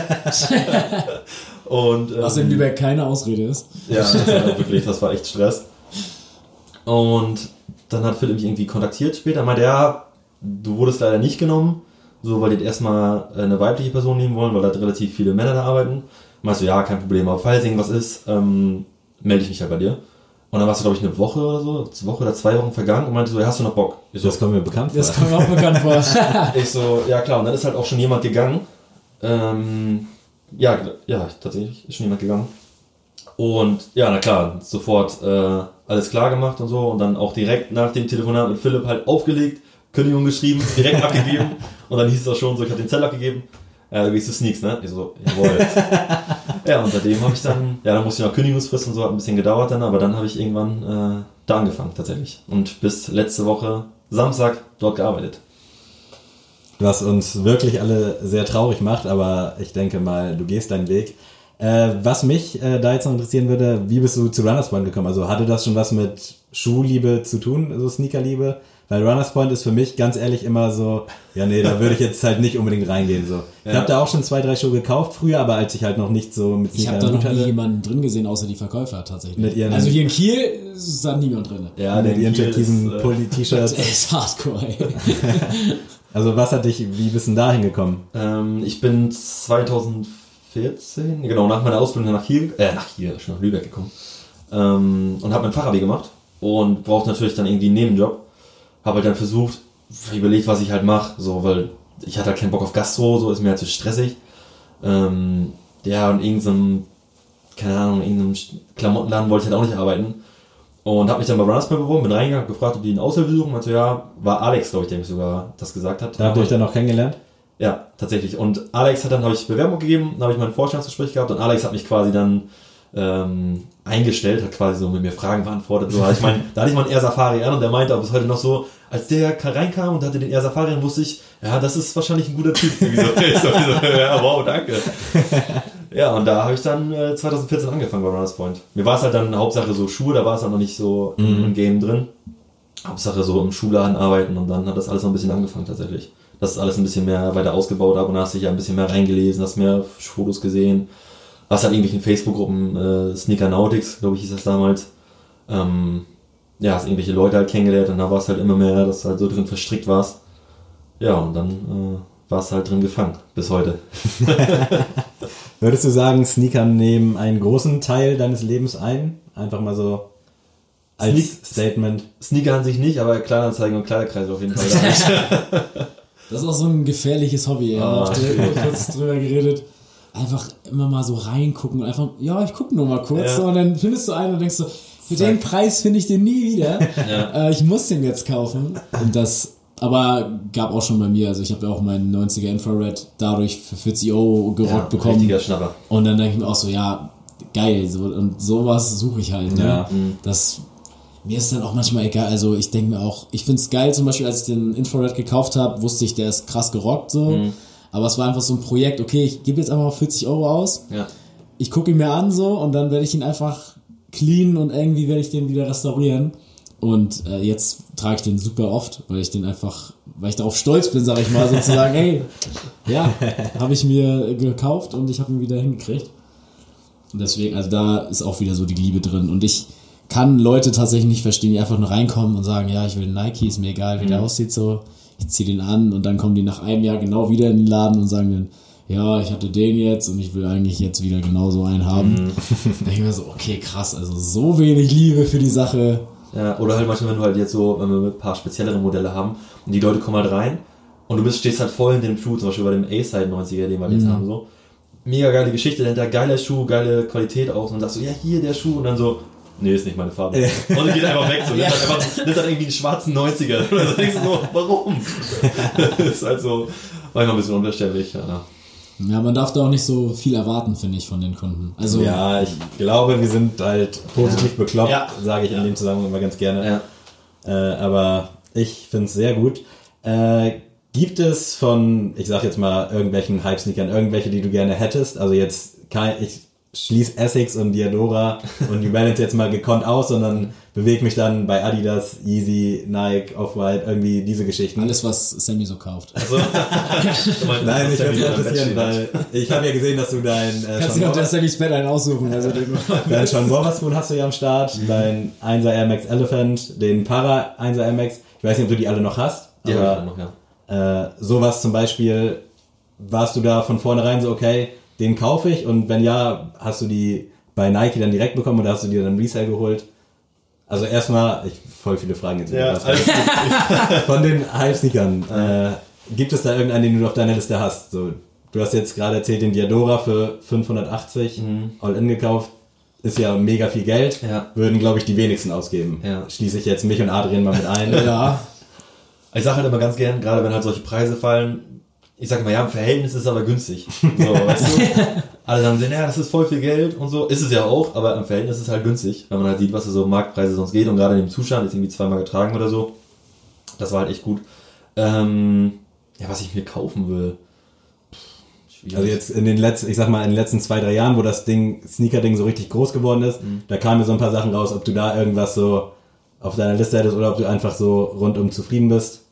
Und, ähm, Was in Lübeck keine Ausrede ist. ja, das war wirklich, das war echt Stress. Und dann hat Philipp mich irgendwie kontaktiert später, meinte, ja, du wurdest leider nicht genommen, so, weil die jetzt erstmal eine weibliche Person nehmen wollen, weil da relativ viele Männer da arbeiten. Meinst du, ja, kein Problem, aber falls irgendwas ist, ähm, melde ich mich halt bei dir. Und dann warst du, glaube ich, eine Woche oder so, eine Woche oder zwei Wochen vergangen und meinte so, ja, hast du noch Bock? Ich so, Das kommt mir bekannt vor. Das kommt mir auch bekannt vor. ich so, ja klar, und dann ist halt auch schon jemand gegangen. Ähm, ja, ja, tatsächlich ist schon jemand gegangen. Und ja, na klar, sofort äh, alles klar gemacht und so und dann auch direkt nach dem Telefonat mit Philipp halt aufgelegt, Kündigung geschrieben, direkt abgegeben und dann hieß es auch schon so, ich habe den Zettel abgegeben. Ja, du gehst zu Sneaks, ne? Ich so, jawohl. Ja, und seitdem habe ich dann, ja, dann musste ich noch Kündigungsfrist und so, hat ein bisschen gedauert dann, aber dann habe ich irgendwann äh, da angefangen tatsächlich. Und bis letzte Woche Samstag dort gearbeitet. Was uns wirklich alle sehr traurig macht, aber ich denke mal, du gehst deinen Weg. Äh, was mich äh, da jetzt noch interessieren würde, wie bist du zu Runners Point gekommen? Also hatte das schon was mit Schuhliebe zu tun, so Sneakerliebe? Weil Runners Point ist für mich ganz ehrlich immer so, ja nee, da würde ich jetzt halt nicht unbedingt reingehen. So. Ich Ja. habe da auch schon zwei, drei Schuhe gekauft früher, aber als ich halt noch nicht so mit Ich habe Sneakern da noch gut nie hatte. jemanden drin gesehen, außer die Verkäufer tatsächlich. Mit ihren- also hier in Kiel ist da niemand drin. Ja, mit ihren Kiel türkisen ist, äh, Pulli-T-Shirts. Das ist hardcore, ey. Also was hat dich, wie bist du denn da hingekommen? Ähm, ich bin zweitausendvierzehn, genau, nach meiner Ausbildung nach Kiel, äh, nach Kiel, schon nach Lübeck gekommen, ähm, und habe mein Fachabi gemacht und brauchte natürlich dann irgendwie einen Nebenjob. Habe halt dann versucht, überlegt, was ich halt mache, so, weil ich hatte halt keinen Bock auf Gastro, so ist mir halt zu stressig. Ähm, ja, und irgendeinem, keine Ahnung, irgendeinem Klamottenladen wollte ich halt auch nicht arbeiten. Und habe mich dann bei Runners Point beworben, bin reingegangen, hab gefragt, ob die einen Aushilfe suchen. Meinte, ja, war Alex, glaube ich, der mich sogar das gesagt hat. Da habt ihr euch dann noch kennengelernt? Ja, tatsächlich. Und Alex hat dann, habe ich Bewerbung gegeben, dann habe ich mein Vorstandsgespräch gehabt und Alex hat mich quasi dann ähm, eingestellt, hat quasi so mit mir Fragen beantwortet. So, ich mein, da hatte ich mal einen Air Safari an und der meinte auch bis heute noch so, als der reinkam und hatte den Air Safari an, wusste ich, ja, das ist wahrscheinlich ein guter Typ. Irgendwie so, ich so, ja, wow, danke. Ja, und da habe ich dann äh, zweitausendvierzehn angefangen bei Runners Point. Mir war es halt dann Hauptsache so Schuhe, da war es dann noch nicht so Mhm. im Game drin. Hauptsache so im Schulladen arbeiten und dann hat das alles noch ein bisschen angefangen tatsächlich. Das ist alles ein bisschen mehr weiter ausgebaut habe und da hast du dich ja ein bisschen mehr reingelesen, hast mehr Fotos gesehen, hast halt irgendwelchen Facebook-Gruppen, äh, Sneaker Nautics, glaube ich hieß das damals, ähm, ja, hast irgendwelche Leute halt kennengelernt und da war es halt immer mehr, dass du halt so drin verstrickt warst. Ja, und dann äh, warst du halt drin gefangen, bis heute. Würdest du sagen, Sneaker nehmen einen großen Teil deines Lebens ein? Einfach mal so als Sneak- Statement. Sneaker an sich nicht, aber Kleinanzeigen und Kleiderkreise auf jeden Fall. Das ist auch so ein gefährliches Hobby. Wir haben Ah, auch kurz drüber geredet. Einfach immer mal so reingucken und einfach, ja, ich gucke nur mal kurz. Ja. Und dann findest du einen und denkst so, für den Preis finde ich den nie wieder. Ja. Äh, ich muss den jetzt kaufen. Und das, aber gab auch schon bei mir. Also ich habe ja auch meinen neunziger Infrared dadurch für vierzig Euro gerockt Ja, bekommen. richtiger Schnapper. Und dann denke ich mir auch so, ja, geil. So, und sowas suche ich halt. Ne? Ja. Das, mir ist dann auch manchmal egal. Also ich denke mir auch, ich finde es geil, zum Beispiel, als ich den Infrared gekauft habe, wusste ich, der ist krass gerockt so. Mhm. Aber es war einfach so ein Projekt, okay, ich gebe jetzt einfach mal vierzig Euro aus. Ja. Ich gucke ihn mir an so und dann werde ich ihn einfach clean und irgendwie werde ich den wieder restaurieren. Und äh, jetzt trage ich den super oft, weil ich den einfach, weil ich darauf stolz bin, sage ich mal, sozusagen, hey, ja, habe ich mir gekauft und ich habe ihn wieder hingekriegt. Und deswegen, also da ist auch wieder so die Liebe drin. Und ich kann Leute tatsächlich nicht verstehen, die einfach nur reinkommen und sagen, ja, ich will einen Nike, ist mir egal, wie Mhm. der aussieht so. Ich ziehe den an und dann kommen die nach einem Jahr genau wieder in den Laden und sagen dann, ja, ich hatte den jetzt und ich will eigentlich jetzt wieder genauso einen haben. Mhm. Da denke ich mir so, okay, krass, also so wenig Liebe für die Sache. Ja, oder halt manchmal, wenn du halt jetzt so, wenn wir ein paar speziellere Modelle haben und die Leute kommen halt rein und du bist, stehst halt voll in dem Schuh, zum Beispiel bei dem A-Side neunziger, den wir jetzt Mhm. haben, so. Mega geile Geschichte dahinter, geiler Schuh, geile Qualität auch und dann sagst du, ja, hier der Schuh und dann so, nee, ist nicht meine Farbe. Und dann geht einfach weg, so, nimmt, Ja. halt einfach, nimmt halt irgendwie einen schwarzen neunziger. Und dann denkst du so, warum? Das ist halt so, manchmal ein bisschen unverständlich, ja. Ja, man darf da auch nicht so viel erwarten, finde ich, von den Kunden. Also, Ja, ich glaube, wir sind halt positiv bekloppt, Ja. sage ich in Ja. dem Zusammenhang immer ganz gerne. Ja. Äh, aber ich finde es sehr gut. Äh, gibt es von, ich sag jetzt mal, irgendwelchen Hype-Sneakern, irgendwelche, die du gerne hättest? Also jetzt kein, ich schließe Essex und Diadora und New Balance jetzt mal gekonnt aus, sondern bewege mich dann bei Adidas, Yeezy, Nike, Off-White, irgendwie diese Geschichten. alles, was Sammy so kauft. Also, Nein, mich würde interessieren, weil ich habe ja gesehen, dass du dein äh, Kannst du Sean noch der Sammy's Bett einen aussuchen. Also den Dein Sean Wotherspoon hast du ja am Start, dein einser Air Max Elephant, den Para einser Air Max. Ich weiß nicht, ob du die alle noch hast, die habe ich aber dann noch, ja. äh, sowas zum Beispiel, warst du da von vornherein so, okay, den kaufe ich und wenn ja, hast du die bei Nike dann direkt bekommen oder hast du dir dann Resale geholt? Also erstmal, ich voll viele Fragen jetzt. Ja, Was- alles von den Hype-Sneakern, äh, gibt es da irgendeinen, den du auf deiner Liste hast? So, du hast jetzt gerade erzählt, den Diadora für fünfhundertachtzig Mhm. All-In gekauft. Ist ja mega viel Geld. Ja. Würden, glaube ich, die wenigsten ausgeben. Ja. Schließe ich jetzt mich und Adrian mal mit ein. ja, Ich sage halt immer ganz gern, gerade wenn halt solche Preise fallen, ich sage immer, ja, im Verhältnis ist es aber günstig. So, weißt du? Alle sagen, ja, das ist voll viel Geld und so. Ist es ja auch, aber im Verhältnis ist es halt günstig, wenn man halt sieht, was so Marktpreise sonst geht und gerade in dem Zustand, ist irgendwie zweimal getragen oder so. Das war halt echt gut. Ähm, ja, was ich mir kaufen will. Schwierig. Also jetzt in den letzten, ich sag mal, in den letzten zwei, drei Jahren, wo das Ding, Sneaker-Ding so richtig groß geworden ist, Mhm. da kamen mir so ein paar Sachen raus, ob du da irgendwas so auf deiner Liste hättest oder ob du einfach so rundum zufrieden bist.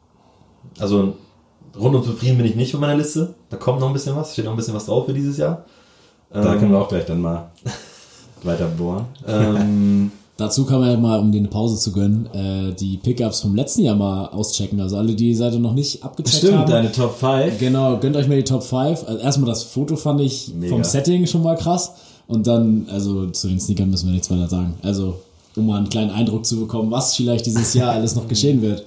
Also rundum zufrieden bin ich nicht mit meiner Liste. Da kommt noch ein bisschen was, steht noch ein bisschen was drauf für dieses Jahr. Da Ähm, können wir auch gleich dann mal weiter bohren. Ähm, dazu kann man ja mal, um dir eine Pause zu gönnen, äh, die Pickups vom letzten Jahr mal auschecken. Also alle, die die Seite noch nicht abgecheckt Stimmt, haben. deine Top fünf. Genau, gönnt euch mal die Top fünf. Also erstmal das Foto fand ich Mega. vom Setting schon mal krass. Und dann, also zu den Sneakern müssen wir nichts weiter sagen. Also, um mal einen kleinen Eindruck zu bekommen, was vielleicht dieses Jahr alles noch geschehen wird.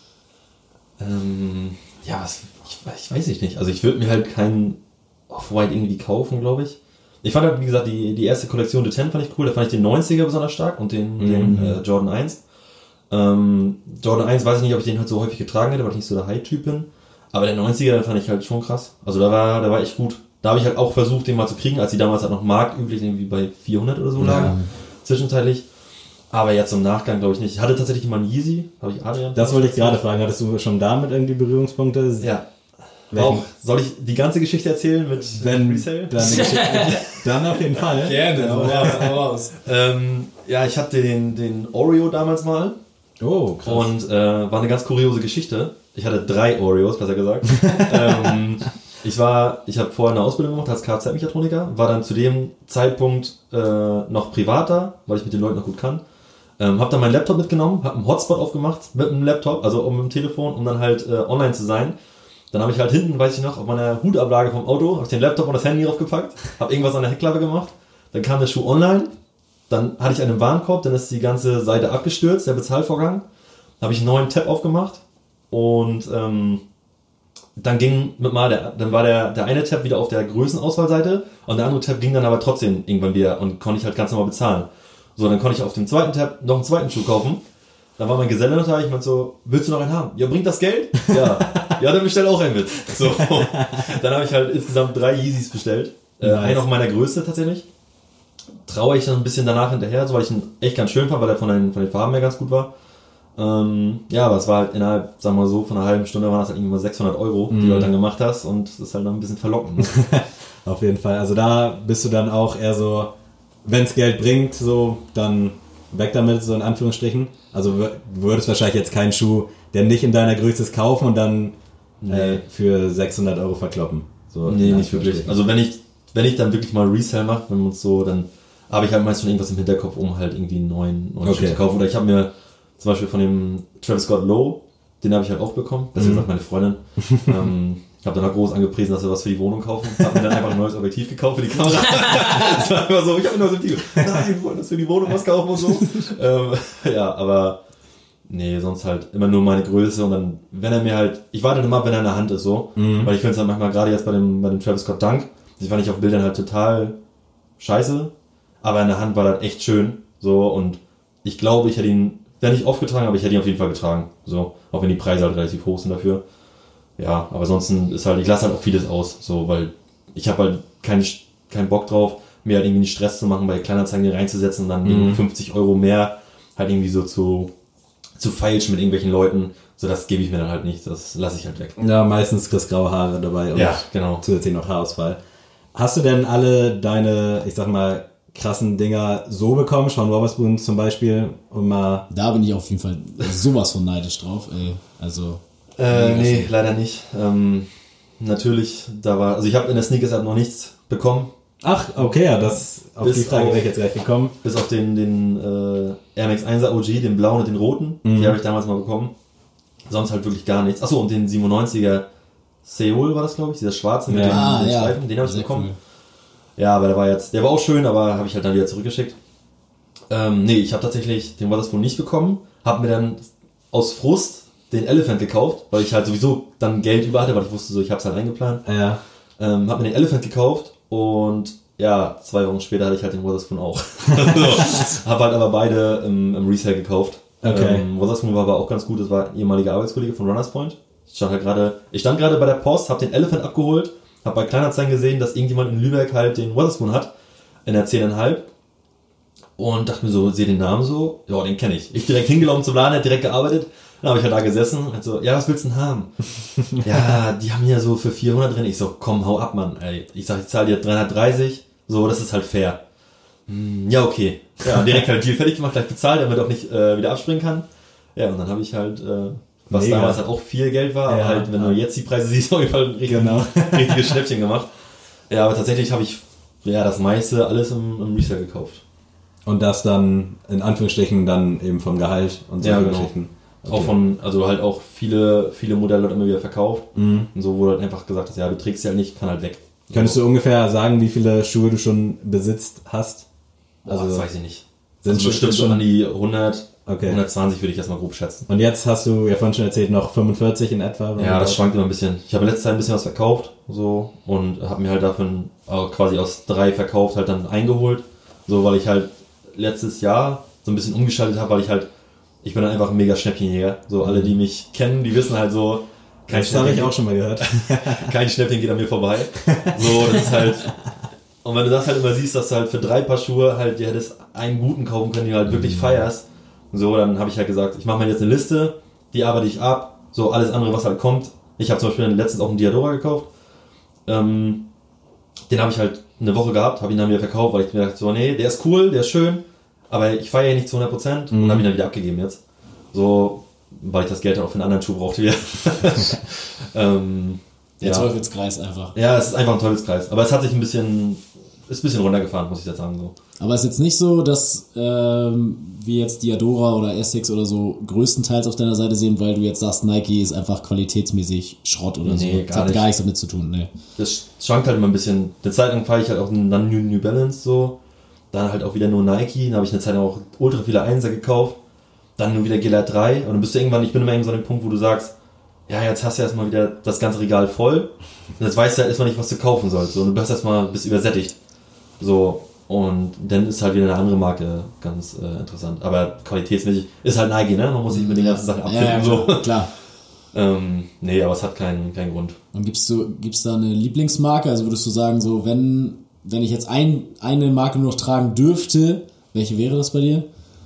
Ähm, ja, was, ich, ich weiß ich nicht. Also ich würde mir halt keinen Off-White irgendwie kaufen, glaube ich. Ich fand halt, wie gesagt, die, die erste Kollektion, The Ten, fand ich cool. Da fand ich den neunziger besonders stark und den, Mhm. den äh, Jordan eins. Ähm, Jordan eins weiß ich nicht, ob ich den halt so häufig getragen hätte, weil ich nicht so der High-Typ bin. Aber der neunziger, den fand ich halt schon krass. Also da war, da war echt gut. Da habe ich halt auch versucht, den mal zu kriegen, als die damals halt noch marktüblich irgendwie bei vierhundert oder so lagen. Zwischenzeitlich. Aber jetzt im Nachgang glaube ich nicht. Ich hatte tatsächlich mal einen Yeezy, habe ich Adrian. Das wollte ich gerade fragen. Hattest du schon damit irgendwie Berührungspunkte? Ja. Welchen? Auch, soll ich die ganze Geschichte erzählen mit Wenn, Resale? dann, dann auf jeden Fall. Gerne, Also, raus, raus. Ähm, ja, ich hatte den, den Oreo damals mal. Oh, krass. Und äh, war eine ganz kuriose Geschichte. Ich hatte drei Oreos, besser gesagt. ähm, ich war, ich habe vorher eine Ausbildung gemacht als Kfz-Mechatroniker, war dann zu dem Zeitpunkt äh, noch privater, weil ich mit den Leuten noch gut kann. Ähm, hab dann meinen Laptop mitgenommen, hab einen Hotspot aufgemacht mit dem Laptop, also um mit dem Telefon, um dann halt äh, online zu sein. Dann habe ich halt hinten, weiß ich noch, auf meiner Hutablage vom Auto, habe ich den Laptop und das Handy draufgepackt, habe irgendwas an der Heckklappe gemacht. Dann kam der Schuh online, dann hatte ich einen Warenkorb, dann ist die ganze Seite abgestürzt, der Bezahlvorgang. Dann habe ich einen neuen Tab aufgemacht und ähm, dann ging mit mal der, dann war der, der eine Tab wieder auf der Größenauswahlseite und der andere Tab ging dann aber trotzdem irgendwann wieder und konnte ich halt ganz normal bezahlen. So, dann konnte ich auf dem zweiten Tab noch einen zweiten Schuh kaufen. Dann war mein Geselle da, ich meinte so, willst du noch einen haben? Ja, bringt das Geld? Ja. Ja, dann bestell auch einen mit. So. Dann habe ich halt insgesamt drei Yeezys bestellt. Äh, nice. Einen auf meiner Größe tatsächlich. Traue ich dann ein bisschen danach hinterher, so weil ich ihn echt ganz schön fand, weil er von den, von den Farben her ganz gut war. Ähm, ja, aber es war halt innerhalb, sagen wir mal so, von einer halben Stunde waren das halt irgendwie mal sechshundert Euro, mm. die du halt dann gemacht hast und das ist halt dann ein bisschen verlockend. Ne? Auf jeden Fall. Also da bist du dann auch eher so, wenn es Geld bringt, so, dann weg damit, so in Anführungsstrichen. Also du würdest wahrscheinlich jetzt keinen Schuh, der nicht in deiner Größe ist, kaufen und dann nee. äh, für sechshundert Euro verkloppen. So nee, nicht wirklich. Also wenn ich, wenn ich dann wirklich mal Resell mache, wenn man es so, dann habe ich halt meist schon irgendwas im Hinterkopf, um halt irgendwie einen neuen, neuen okay. Schuh zu kaufen. Oder ich habe mir zum Beispiel von dem Travis Scott Low, den habe ich halt auch bekommen. Besser gesagt, meine Freundin. ähm, ich habe dann auch groß angepriesen, dass wir was für die Wohnung kaufen. Habe mir dann einfach ein neues Objektiv gekauft für die Kamera. Das war immer so, ich habe ein neues Objektiv. Nein, wir wollen das für die Wohnung was kaufen und so. ähm, ja, aber nee, sonst halt immer nur meine Größe und dann, wenn er mir halt, ich warte immer, wenn er in der Hand ist, so. Mhm. Weil ich finde es halt manchmal, gerade jetzt bei dem, bei dem Travis Scott Dunk, die fand ich auf Bildern halt total scheiße, aber in der Hand war das echt schön, so, und ich glaube, ich hätte ihn, wäre nicht oft getragen, aber ich hätte ihn auf jeden Fall getragen, so, auch wenn die Preise halt relativ hoch sind dafür. Ja, aber ansonsten ist halt, ich lasse halt auch vieles aus, so, weil ich habe halt keinen keinen Bock drauf, mir halt irgendwie einen Stress zu machen, bei Kleinanzeigen reinzusetzen und dann mhm. fünfzig Euro mehr halt irgendwie so zu, zu feilschen mit irgendwelchen Leuten, so, das gebe ich mir dann halt nicht, das lasse ich halt weg. Ja, meistens kriegst graue Haare dabei und ja, genau. zusätzlich noch Haarausfall. Hast du denn alle deine, ich sag mal, krassen Dinger so bekommen, Sean Wotherspoon zum Beispiel, um mal... Da bin ich auf jeden Fall sowas von neidisch drauf, ey, also... Äh, nee, schön. Leider nicht. Ähm, natürlich, da war, also ich habe in der Sneakers-App noch nichts bekommen. Ach, okay, ja, das, auf bis die Frage wäre ich jetzt gleich gekommen. Bis auf den, den äh, Air Max eins O G, den blauen und den roten, mhm. die habe ich damals mal bekommen. Sonst halt wirklich gar nichts. Achso, und den siebenundneunziger Seoul war das, glaube ich, dieser schwarze mit ja. den, ah, den ja. Streifen, den habe ich bekommen. Cool. Ja, aber der war jetzt, der war auch schön, aber habe ich halt dann wieder zurückgeschickt. Ähm, nee, ich habe tatsächlich den Wotherspoon nicht bekommen, habe mir dann aus Frust den Elephant gekauft, weil ich halt sowieso dann Geld über hatte, weil ich wusste so, ich hab's halt eingeplant. Ja. Ähm, hab mir den Elephant gekauft und ja, zwei Wochen später hatte ich halt den Wotherspoon auch. so, hab halt aber beide im, im Resale gekauft. Okay. Ähm, Wotherspoon war aber auch ganz gut, das war ein ehemaliger Arbeitskollege von Runners Point. Ich stand halt gerade, ich stand gerade bei der Post, hab den Elephant abgeholt, hab bei Kleinanzeigen gesehen, dass irgendjemand in Lübeck halt den Wotherspoon hat, in der zehn Komma fünf. Und dachte mir so, sehe den Namen so, ja, den kenne ich. Ich direkt hingelaufen zum Laden, hat direkt gearbeitet. Dann habe ich halt da gesessen und so, ja, was willst du denn haben? Ja, die haben hier so für vierhundert drin. Ich so, komm, hau ab, Mann. Ey, ich sag, ich zahle dir dreihundertdreißig. So, das ist halt fair. Hm, ja, okay. Ja, direkt halt Deal fertig gemacht, gleich bezahlt, damit auch nicht äh, wieder abspringen kann. Ja, und dann habe ich halt, äh, was Mega. damals halt auch viel Geld war, ja, aber halt, wenn ja. du jetzt die Preise siehst, auf jeden Fall ein richtig, genau. richtiges Schnäppchen gemacht. Ja, aber tatsächlich habe ich, ja, das meiste alles im, im Resale gekauft. Und das dann, in Anführungsstrichen, dann eben vom Gehalt und so ja, genau. Geschichten. Okay. Auch von, also halt auch viele, viele Modelle dort immer wieder verkauft. Mhm. Und so wurde halt einfach gesagt, dass, ja, du trägst sie halt nicht, kann halt weg. Könntest so. du ungefähr sagen, wie viele Schuhe du schon besitzt hast? Boah, also, das weiß ich nicht. Sind also bestimmt schon an die hundert, okay. hundertzwanzig würde ich erstmal grob schätzen. Und jetzt hast du ja vorhin schon erzählt, noch fünfundvierzig in etwa? Ja, das schwankt immer ein bisschen. Ich habe letzte Zeit ein bisschen was verkauft, so, und habe mir halt davon auch quasi aus drei verkauft halt dann eingeholt. So, weil ich halt letztes Jahr so ein bisschen umgeschaltet habe, weil ich halt Ich bin dann einfach ein mega Schnäppchenjäger. So, alle, die mich kennen, die wissen halt so, kein das habe ich auch schon mal gehört. Kein Schnäppchen geht an mir vorbei. So, das ist halt, und wenn du das halt immer siehst, dass du halt für drei Paar Schuhe halt, dir hättest einen guten kaufen können, den du halt wirklich feierst. So, dann habe ich halt gesagt, ich mache mir jetzt eine Liste, die arbeite ich ab, so alles andere, was halt kommt. Ich habe zum Beispiel letztens auch einen Diadora gekauft. Ähm, den habe ich halt eine Woche gehabt, habe ihn dann wieder verkauft, weil ich mir dachte, so, nee, der ist cool, der ist schön, aber ich feiere ihn nicht zu hundert Prozent, mhm. und habe ihn dann wieder abgegeben jetzt. So, weil ich das Geld auch für einen anderen Schuh brauchte wieder. ähm, Der ja. Teufelskreis einfach. Ja, es ist einfach ein Teufelskreis. Aber es hat sich ein bisschen, ist ein bisschen runtergefahren, muss ich jetzt sagen. So. Aber es ist jetzt nicht so, dass ähm, wir jetzt Diadora oder Essex oder so größtenteils auf deiner Seite sehen, weil du jetzt sagst, Nike ist einfach qualitätsmäßig Schrott oder so. Nee, Das gar hat nicht. gar nichts damit zu tun, ne. Das schwankt halt immer ein bisschen. Eine Zeit lang fahre ich halt auch dann New, New Balance so. Dann halt auch wieder nur Nike. Dann habe ich eine Zeit lang auch ultra viele Einser gekauft. Dann nur wieder Gillette drei. Und dann bist du irgendwann, ich bin immer irgendwann so an dem Punkt, wo du sagst, ja, jetzt hast du erstmal wieder das ganze Regal voll. Und jetzt weißt du halt erstmal nicht, was du kaufen sollst. So, und du bist erstmal bist übersättigt. So, und dann ist halt wieder eine andere Marke ganz äh, interessant. Aber qualitätsmäßig ist halt Nike, ne? Man muss sich mit den ganzen Sachen abfinden. Ja, ja, so. klar, klar. ähm, nee, aber es hat keinen, keinen Grund. Und gibst du, gibt's da eine Lieblingsmarke? Also würdest du sagen, so, wenn, wenn ich jetzt ein, eine Marke nur noch tragen dürfte, welche wäre das bei dir?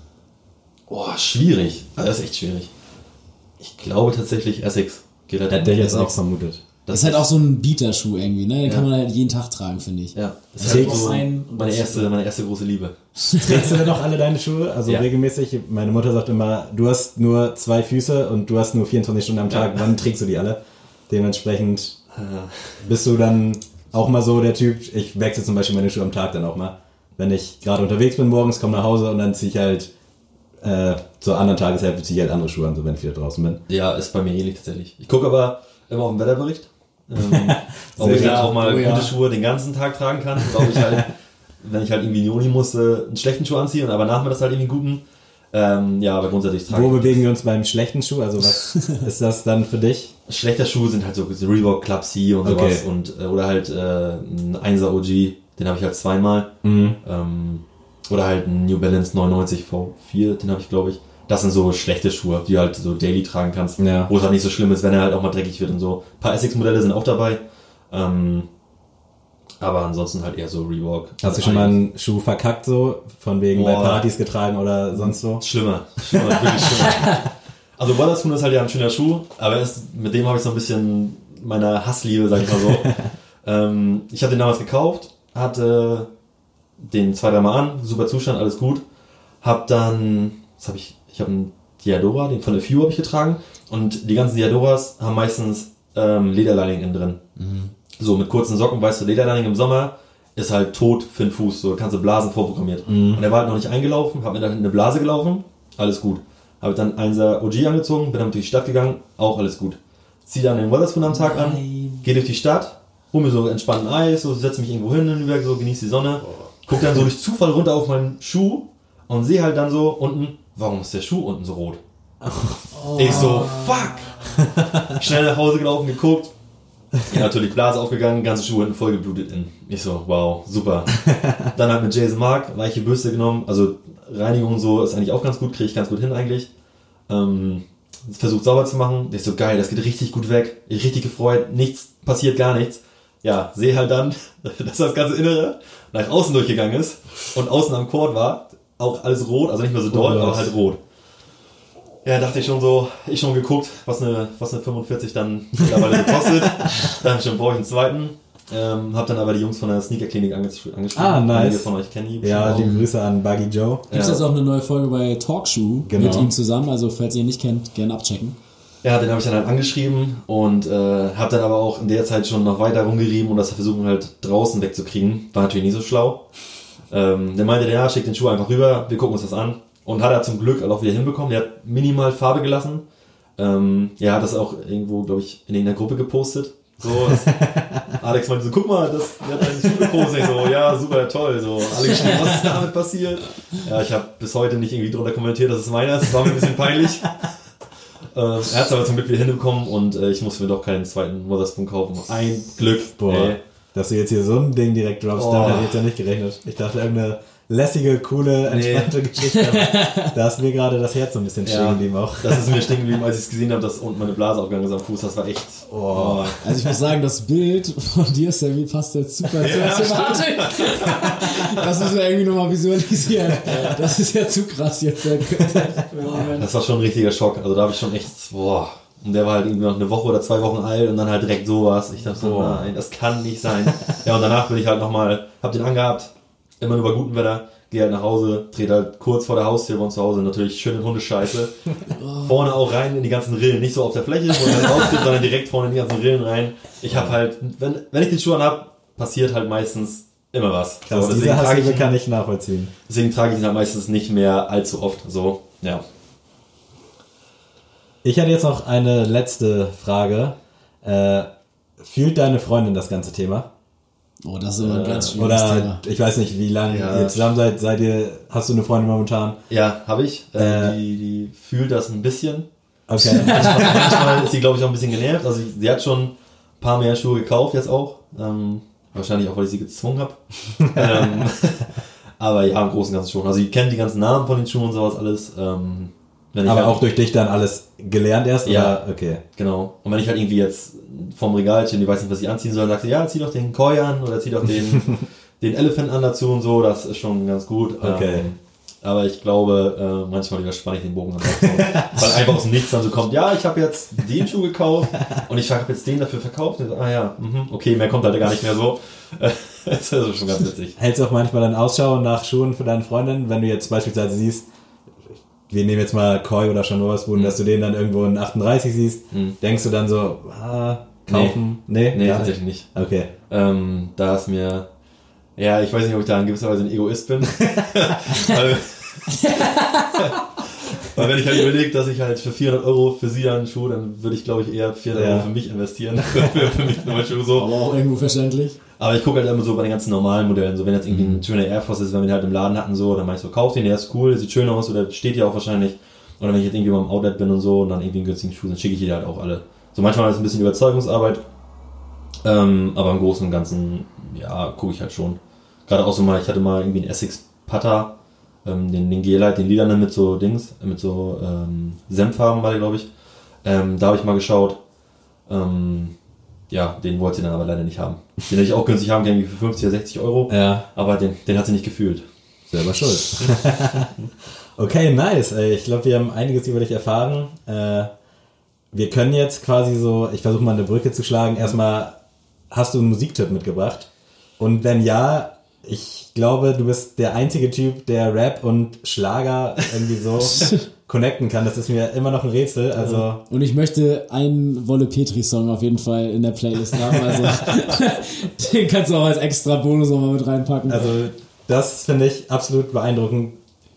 Boah, schwierig. Das ist echt schwierig. Ich glaube tatsächlich Essex. Gillette Hätte ich jetzt auch Essex. vermutet. Das ist halt auch so ein Bieterschuh irgendwie, ne? Den Ja. kann man halt jeden Tag tragen, finde ich. Ja, das Das ist halt ist so ein- meine erste, meine erste große Liebe. Trägst du denn noch alle deine Schuhe? Also Ja. regelmäßig? Meine Mutter sagt immer, du hast nur zwei Füße und du hast nur vierundzwanzig Stunden am Tag. Ja. Wann trägst du die alle? Dementsprechend bist du dann auch mal so der Typ, ich wechsle zum Beispiel meine Schuhe am Tag dann auch mal. Wenn ich gerade unterwegs bin morgens, komme nach Hause und dann ziehe ich halt äh, zur anderen Tageshälfte ziehe ich halt andere Schuhe an, so wenn ich wieder draußen bin. Ja, ist bei mir ähnlich tatsächlich. Ich gucke aber immer auf den Wetterbericht. Ähm, ob ich Sehr dann auch mal oh ja. gute Schuhe den ganzen Tag tragen kann. Oder ob ich halt, wenn ich halt irgendwie in die Uni musste, einen schlechten Schuh anziehe und aber nachmittags halt irgendwie einen guten. Ähm, ja, aber grundsätzlich trage Wo ich. bewegen wir uns beim schlechten Schuh? Also was ist das dann für dich? Schlechter Schuh sind halt so Reebok Club C und sowas. Okay. Und, äh, oder halt äh, ein Einser O G, den habe ich halt zweimal. Mhm. Ähm, oder halt ein New Balance neunundneunzig V vier, den habe ich glaube ich. Das sind so schlechte Schuhe, die du halt so daily tragen kannst. Ja. Wo es halt nicht so schlimm ist, wenn er halt auch mal dreckig wird und so. Ein paar Essex-Modelle sind auch dabei. Ähm, aber ansonsten halt eher so Reebok. Hast du schon mal einen Schuh verkackt so? Von wegen Boah. bei Partys getragen oder sonst so? Schlimmer. Schlimmer, wirklich schlimmer. Also Wallace ist halt ja ein schöner Schuh, aber es, mit dem habe ich so ein bisschen meine Hassliebe, sag ich mal so. ähm, ich habe den damals gekauft, hatte den zwei, dreimal an, super Zustand, alles gut. Hab dann, was habe ich, ich habe einen Diadora, den von der Few habe ich getragen und die ganzen Diadoras haben meistens ähm, Lederlining innen drin. So mit kurzen Socken, weißt du, Lederlining im Sommer ist halt tot für den Fuß, so kannst du Blasen vorprogrammiert. Und er war halt noch nicht eingelaufen, hab mir dann in eine Blase gelaufen, alles gut. Habe dann einser O G angezogen, bin damit durch die Stadt gegangen, auch alles gut. Zieh dann den Weatherspoon am Tag an, geh durch die Stadt, hol mir so entspannten Eis, so setze mich irgendwo hin in Lübeck, so genieße die Sonne, guck dann so durch Zufall runter auf meinen Schuh und sehe halt dann so unten, warum ist der Schuh unten so rot? Ich so, fuck! Schnell nach Hause gelaufen, geguckt, ja, natürlich Blase aufgegangen, ganze Schuhe hinten voll geblutet in. Ich so, wow, super. Dann halt mit Jason Mark weiche Bürste genommen, also Reinigung und so ist eigentlich auch ganz gut, kriege ich ganz gut hin eigentlich. Ähm, versucht sauber zu machen, ich so, geil, das geht richtig gut weg, ich richtig gefreut, nichts, passiert gar nichts. Ja, sehe halt dann, dass das ganze Innere nach außen durchgegangen ist und außen am Court war, auch alles rot, also nicht mehr so doll, Oh, aber was. halt rot. Ja, dachte ich schon so, ich schon geguckt, was eine, was eine fünfundvierzig dann mittlerweile so kostet. Dann schon brauche ich einen zweiten. Ähm, hab dann aber die Jungs von der Sneaker-Klinik angesch angeschrieben. Ah, nice. Einige von euch kennen die. Ja, bestimmt liebe auch. Grüße an Buggy Joe. Gibt's Ja. jetzt auch eine neue Folge bei Talkshoe Genau. mit ihm zusammen, also falls ihr ihn nicht kennt, gerne abchecken. Ja, den habe ich dann halt angeschrieben und äh, habe dann aber auch in der Zeit schon noch weiter rumgerieben und das versuchen halt draußen wegzukriegen. War natürlich nicht so schlau. Ähm, der meinte, ja, schick den Schuh einfach rüber, wir gucken uns das an. Und hat er zum Glück auch wieder hinbekommen. Der hat minimal Farbe gelassen. Ähm, ja, hat das auch irgendwo, glaube ich, in der Gruppe gepostet. So, das, Alex meinte so, guck mal, das, der hat einen Schuh gepostet. Ich so, ja, super, toll. So, alle geschrieben, was ist damit passiert? Ja, ich habe bis heute nicht irgendwie drunter kommentiert, das ist meiner. Das war mir ein bisschen peinlich. Äh, er hat es aber zum Glück wieder hinbekommen und äh, ich musste mir doch keinen zweiten Wotherspoon kaufen. Ein Glück. Boah, Ey. dass du jetzt hier so ein Ding direkt droppst, Oh. damit hätte ich jetzt ja nicht gerechnet. Ich dachte, irgendeine lässige, coole, entspannte Geschichte. Aber da ist mir gerade das Herz so ein bisschen stehen Ja, geblieben auch. das ist mir stehen geblieben, als ich es gesehen habe, dass unten meine Blase aufgegangen ist am Fuß. Das war echt... Oh. Also ich muss sagen, das Bild von dir, Sammy, passt jetzt super zur Thematik. Das müssen wir irgendwie nochmal visualisieren. Das ist ja zu krass jetzt. Das war schon ein richtiger Schock. Also da habe ich schon echt, boah. Und der war halt irgendwie noch eine Woche oder zwei Wochen alt und dann halt direkt sowas. Ich dachte so, Boah. nein, das kann nicht sein. Ja, und danach bin ich halt nochmal, hab den angehabt, immer über guten Wetter, gehe halt nach Hause, trete halt kurz vor der Haustür bei uns zu Hause, natürlich schön in Hundescheiße. Vorne auch rein in die ganzen Rillen, nicht so auf der Fläche, wo es halt rausgeht, sondern direkt vorne in die ganzen Rillen rein. Ich habe halt, wenn, wenn ich den Schuh an hab, passiert halt meistens immer was. Krass, so, diese trage Hassliebe ich, kann ich nachvollziehen. deswegen trage ich ihn halt meistens nicht mehr allzu oft. So, ja. Ich hatte jetzt noch eine letzte Frage. Äh, fühlt deine Freundin das ganze Thema? Oh, das ist immer ein ganz schwieriges Oder Thema. ich weiß nicht, wie lange Ja. ihr zusammen seid. Seid ihr, hast du eine Freundin momentan? Ja, habe ich. Äh, Äh. die, die fühlt das ein bisschen. Okay. Manchmal, manchmal ist sie, glaube ich, auch ein bisschen genervt. Also sie, sie hat schon ein paar mehr Schuhe gekauft jetzt auch. Ähm, wahrscheinlich auch, weil ich sie gezwungen habe. ähm, aber ja, im Großen und Ganzen schon. Also sie kennt die ganzen Namen von den Schuhen und sowas alles. Ähm, wenn ich Aber halt, auch durch dich dann alles gelernt erst? Ja. Oder? Okay. Genau. Und wenn ich halt irgendwie jetzt vorm Regal stehe und die weiß nicht, was ich anziehen soll, dann sagt sie, ja, zieh doch den Koi an oder zieh doch den, den Elephant an dazu und so. Das ist schon ganz gut. Okay. Ähm, aber ich glaube, äh, manchmal überspanne ich den Bogen dann auch. Weil einfach aus dem Nichts dann so kommt, ja, ich habe jetzt den Schuh gekauft und ich habe jetzt den dafür verkauft. Und so, ah ja, mhm, okay, mehr kommt halt gar nicht mehr so. Das ist also schon ganz witzig. Hältst du auch manchmal dann Ausschau nach Schuhen für deine Freundin, wenn du jetzt beispielsweise siehst, wir nehmen jetzt mal Koi oder Chanel Spoon, Mhm. dass du den dann irgendwo in achtunddreißig siehst, Mhm. denkst du dann so, ah, kaufen? Nee, Nee, gar tatsächlich nicht. Okay. Ähm, da ist mir, ja, ich weiß nicht, ob ich da in gewisser Weise ein Egoist bin. weil, weil wenn ich halt überlege, dass ich halt für vierhundert Euro für sie einen Schuh, dann würde ich, glaube ich, eher vierhundert Ja. Euro für mich investieren. für, für mich nur Schuh so. Aber auch irgendwo verständlich. Aber ich gucke halt immer so bei den ganzen normalen Modellen. So, wenn jetzt irgendwie ein schöner Air Force ist, wenn wir den halt im Laden hatten, so, dann mach ich so, kauf den, der ist cool, der sieht schön aus, oder steht ja auch wahrscheinlich. Oder wenn ich jetzt irgendwie mal im Outlet bin und so, und dann irgendwie einen günstigen Schuh, dann schicke ich die halt auch alle. So, manchmal ist es ein bisschen Überzeugungsarbeit. Ähm, aber im Großen und Ganzen, ja, gucke ich halt schon. Gerade auch so mal, ich hatte mal irgendwie einen Essex Putter, ähm, den, den G-Lite, den lilanen mit so Dings, mit so ähm, Senffarben war der, glaube ich. Ähm, da habe ich mal geschaut. Ähm, ja, den wollte sie dann aber leider nicht haben. Den hätte ich auch günstig haben können, wie für fünfzig oder sechzig Euro. Ja, Aber den, den hat sie nicht gefühlt. selber schuld. Okay, nice. Ey, ich glaube, wir haben einiges über dich erfahren. Äh, wir können jetzt quasi so, ich versuche mal eine Brücke zu schlagen. Erstmal, hast du einen Musiktipp mitgebracht? Und wenn ja, ich glaube, du bist der einzige Typ, der Rap und Schlager irgendwie so connecten kann. Das ist mir immer noch ein Rätsel. Also Und ich möchte einen Wolle Petri-Song auf jeden Fall in der Playlist haben. Also den kannst du auch als extra Bonus nochmal mit reinpacken. Also das finde ich absolut beeindruckend.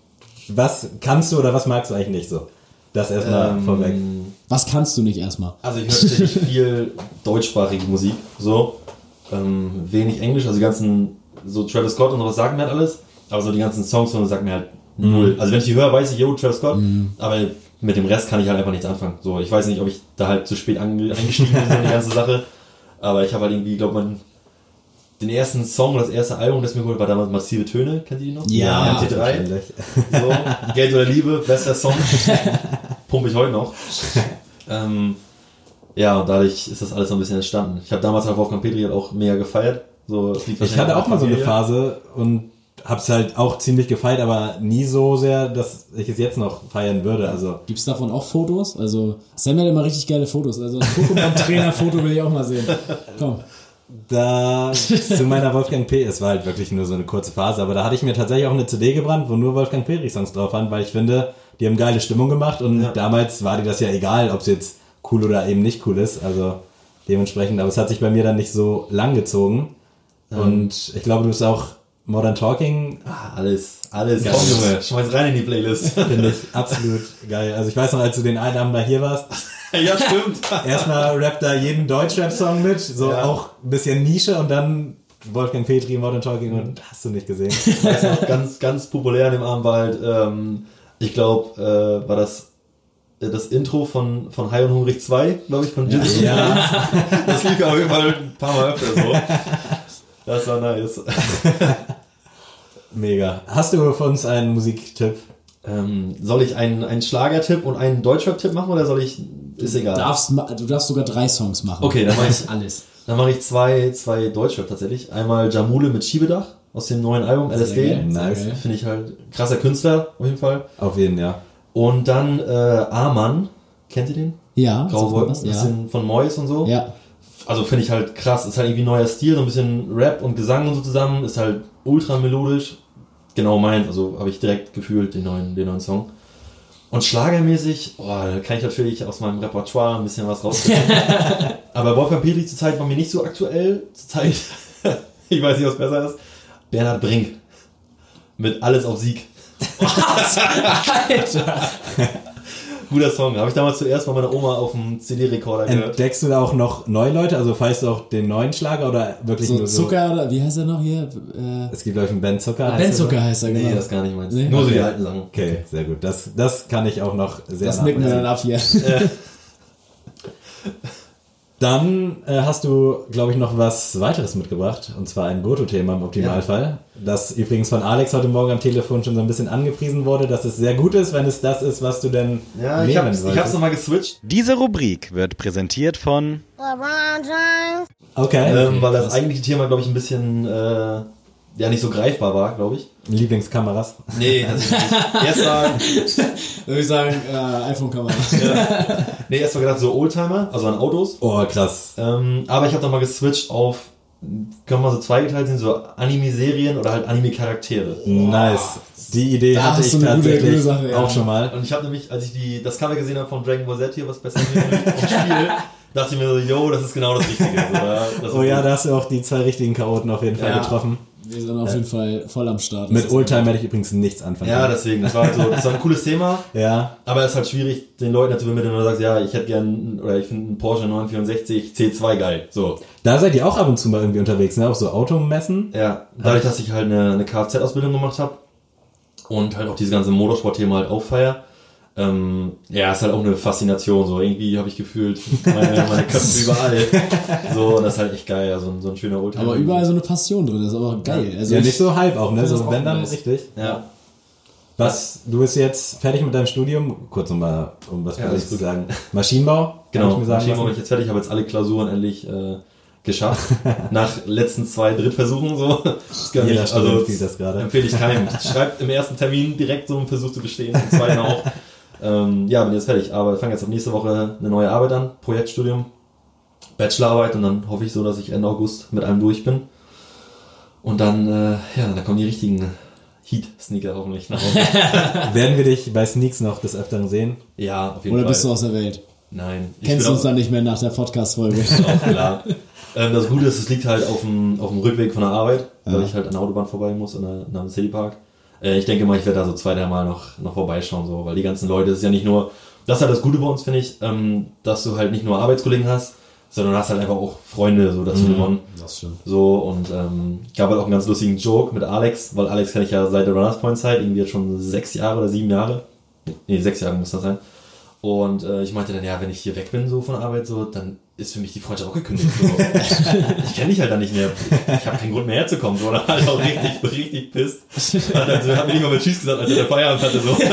Was kannst du oder was magst du eigentlich nicht so? Das erstmal Ähm, vorweg. Was kannst du nicht erstmal? Also ich höre tatsächlich viel deutschsprachige Musik, so. Ähm, wenig Englisch, also die ganzen, so Travis Scott und sowas sagen mir halt alles, aber so die ganzen Songs von uns sagen mir halt null. Also wenn ich die höre, weiß ich, yo, Travis Scott, aber mit dem Rest kann ich halt einfach nichts anfangen. So, ich weiß nicht, ob ich da halt zu spät ange- eingestiegen bin in die ganze Sache, aber ich habe halt irgendwie, glaube man, den ersten Song, das erste Album, das mir geholt war damals Massive Töne, kennt ihr die noch? Ja, M T drei. wahrscheinlich. So, Geld oder Liebe, bester Song. Pumpe ich heute noch. Ähm, ja, und dadurch ist das alles so ein bisschen entstanden. Ich habe damals halt Wolfgang Petri halt auch mega gefeiert. So, das liegt Ich wahrscheinlich hatte an auch der mal so eine Familie. Phase und hab's halt auch ziemlich gefeiert, aber nie so sehr, dass ich es jetzt noch feiern würde. Also Gibt's davon auch Fotos? Also Sam hat immer richtig geile Fotos. Also das Pokémon-Trainer-Foto will ich auch mal sehen. Komm. da zu meiner Wolfgang P. Es war halt wirklich nur so eine kurze Phase, aber da hatte ich mir tatsächlich auch eine C D gebrannt, wo nur Wolfgang Petri Songs drauf waren, weil ich finde, die haben geile Stimmung gemacht und Ja. damals war dir das ja egal, ob es jetzt cool oder eben nicht cool ist. Also dementsprechend, aber es hat sich bei mir dann nicht so lang gezogen. Und ich glaube, du bist auch Modern Talking, Ah, alles, alles. Geil. Komm, Junge, schmeiß rein in die Playlist. finde ich absolut geil. Also ich weiß noch, als du den einen Abend da hier warst, ja, stimmt. erstmal rappt da jeden Deutschrap-Song mit, so Ja. auch ein bisschen Nische und dann Wolfgang Petri, Modern Talking und hast du nicht gesehen. Ich weiß noch, ganz, ganz populär an dem Abend war halt, ähm, ich glaube, äh, war das äh, das Intro von, von High und Hungrig zwei, glaube ich, von Jizzy. Ja. Das lief auf jeden Fall ein paar Mal öfter so. Das war nice. Mega. Hast du für uns einen Musiktipp? Ähm, soll ich einen, einen Schlagertipp und einen Deutschrap-Tipp machen oder soll ich, ist egal. Darfst, ma- du darfst sogar drei Songs machen. Okay, dann mach ich- alles. Dann mache ich zwei, zwei Deutschrap tatsächlich. Einmal Jamule mit Schiebedach aus dem neuen Album L S D. Sehr geil, sehr Nice. geil. Finde ich halt krasser Künstler auf jeden Fall. Auf jeden, ja. Und dann äh, Amann, kennt ihr den? Ja, Graue sag mal Wolken, was. Ja. bisschen von Mois und so. Ja. Also finde ich halt krass. Ist halt irgendwie neuer Stil, so ein bisschen Rap und Gesang und so zusammen. Ist halt ultra melodisch. genau meins. Also habe ich direkt gefühlt den neuen, den neuen Song. Und schlagermäßig, oh, da kann ich natürlich aus meinem Repertoire ein bisschen was rausfinden. Aber Wolfgang Petri zurzeit war mir nicht so aktuell. Zurzeit, ich weiß nicht, was besser ist. Bernhard Brink. Mit Alles auf Sieg. Was? Alter! Guter Song. Habe ich damals zuerst bei meiner Oma auf dem C D-Rekorder gehört. Entdeckst du da auch noch neue Leute? Also feierst du auch den neuen Schlager oder wirklich So nur so? Zucker oder wie heißt er noch hier? Äh, Es gibt, glaube ich, einen Ben Zucker. heißt Ben er so. Zucker heißt er, genau. Nee, das ist gar nicht meins. Nee? Nur so die Okay. alten Sachen. Okay, sehr gut. Das, das kann ich auch noch sehr Das nicken wir nachvollziehen. dann ab hier. Dann äh, hast du, glaube ich, noch was weiteres mitgebracht, und zwar ein Goto-Thema im Optimalfall, das übrigens von Alex heute Morgen am Telefon schon so ein bisschen angepriesen wurde, dass es sehr gut ist, wenn es das ist, was du denn Ja, nehmen ich hab's, ich solltest. hab's nochmal geswitcht, Diese Rubrik wird präsentiert von LeBron James. Okay, ähm, weil das krass. eigentliche Thema, glaube ich, ein bisschen äh, ja nicht so greifbar war, glaube ich. Lieblingskameras. Nee, tatsächlich nicht. Erst war, Würde ich sagen, äh, iPhone-Kamera. nee, erst mal gedacht, so Oldtimer, also an Autos. Oh, krass. Ähm, aber ich habe dann mal geswitcht auf, können wir so zweigeteilt sehen, so Anime-Serien oder halt Anime-Charaktere. Nice. Die Idee Da hatte hast ich du eine gute- tatsächlich gute Sache, ja. auch schon mal. Und ich habe nämlich, als ich die, das Cover gesehen habe von Dragon Ball Z hier, was besser vom Spiel, dachte ich mir so, yo, das ist genau das Richtige. So, ja, das ist Oh ja, gut. da hast du auch die zwei richtigen Chaoten auf jeden Fall Ja. getroffen. Wir sind auf jeden Fall voll am Start. Das Mit ist- Oldtimer hätte ich übrigens nichts anfangen Ja, können. deswegen, das war halt so, das war ein cooles Thema. Ja, Aber es ist halt schwierig, den Leuten dazu vermitteln, wenn du sagst, ja, ich hätte gern, oder ich finde einen Porsche neun vierundsechzig C zwei geil. So. da seid ihr auch ab und zu mal irgendwie unterwegs, ne? Auf so Automessen. Ja, dadurch, dass ich halt eine, eine Kfz-Ausbildung gemacht habe und halt auch dieses ganze Motorsport-Thema halt auffeier, ähm, ja, ist halt auch eine Faszination. So, irgendwie habe ich gefühlt meine, meine Köpfe überall. So, das ist halt echt geil, also so ein schöner Oldtimer. Aber überall so eine Passion drin, das ist aber geil. Also Ja, ich- nicht so halb auch, ne? finde So das auch wenn dann nice. richtig. Ja. Was, du bist jetzt fertig mit deinem Studium? Kurz nochmal, um was Ja, ja, alles zu gut. sagen. Maschinenbau? Kann Genau, ich mir sagen Maschinenbau bin lassen? ich jetzt fertig, ich habe jetzt alle Klausuren endlich äh, geschafft. Nach letzten zwei Drittversuchen so. Das kann Jeder ich- Student also, spielt das gerade. empfehle ich keinem. Schreibt im ersten Termin direkt so einen Versuch zu bestehen, im zweiten auch. Ähm, ja, bin jetzt fertig, aber ich fange jetzt ab nächste Woche eine neue Arbeit an, Projektstudium, Bachelorarbeit, und dann hoffe ich so, dass ich Ende August mit allem durch bin. Und dann, äh, ja, da kommen die richtigen Heat-Sneaker hoffentlich nach Hause. Werden wir dich bei Sneaks noch des Öfteren sehen? Ja, auf jeden Oder Fall. bist du aus der Welt? Nein. ich Kennst bin du uns auch- dann nicht mehr nach der Podcast-Folge? Auch klar. ähm, das Gute ist, es liegt halt auf dem, auf dem Rückweg von der Arbeit, weil Ja. ich halt an der Autobahn vorbei muss, an der, an der Citypark. Äh, ich denke mal, ich werde da so zwei, drei Mal noch, noch vorbeischauen, so, weil die ganzen Leute, das ist ja nicht nur, das ist halt das Gute bei uns, finde ich, ähm, dass du halt nicht nur Arbeitskollegen hast, sondern du hast halt einfach auch Freunde so dazu gewonnen. Das stimmt. So, und ähm, gab halt auch einen ganz lustigen Joke mit Alex, weil Alex kenne ich ja seit der Runners Point Zeit, irgendwie jetzt schon sechs Jahre oder sieben Jahre. Nee, sechs Jahre muss das sein. Und äh, ich meinte dann, ja, wenn ich hier weg bin so von der Arbeit, so, dann ist für mich die Freundschaft auch gekündigt. So. Ich kenne dich halt dann nicht mehr. Ich habe keinen Grund mehr herzukommen. So, oder halt auch richtig, richtig pisst. Hat, also, hat mir nicht mal mit Tschüss gesagt, als er der Feierabend hatte. So.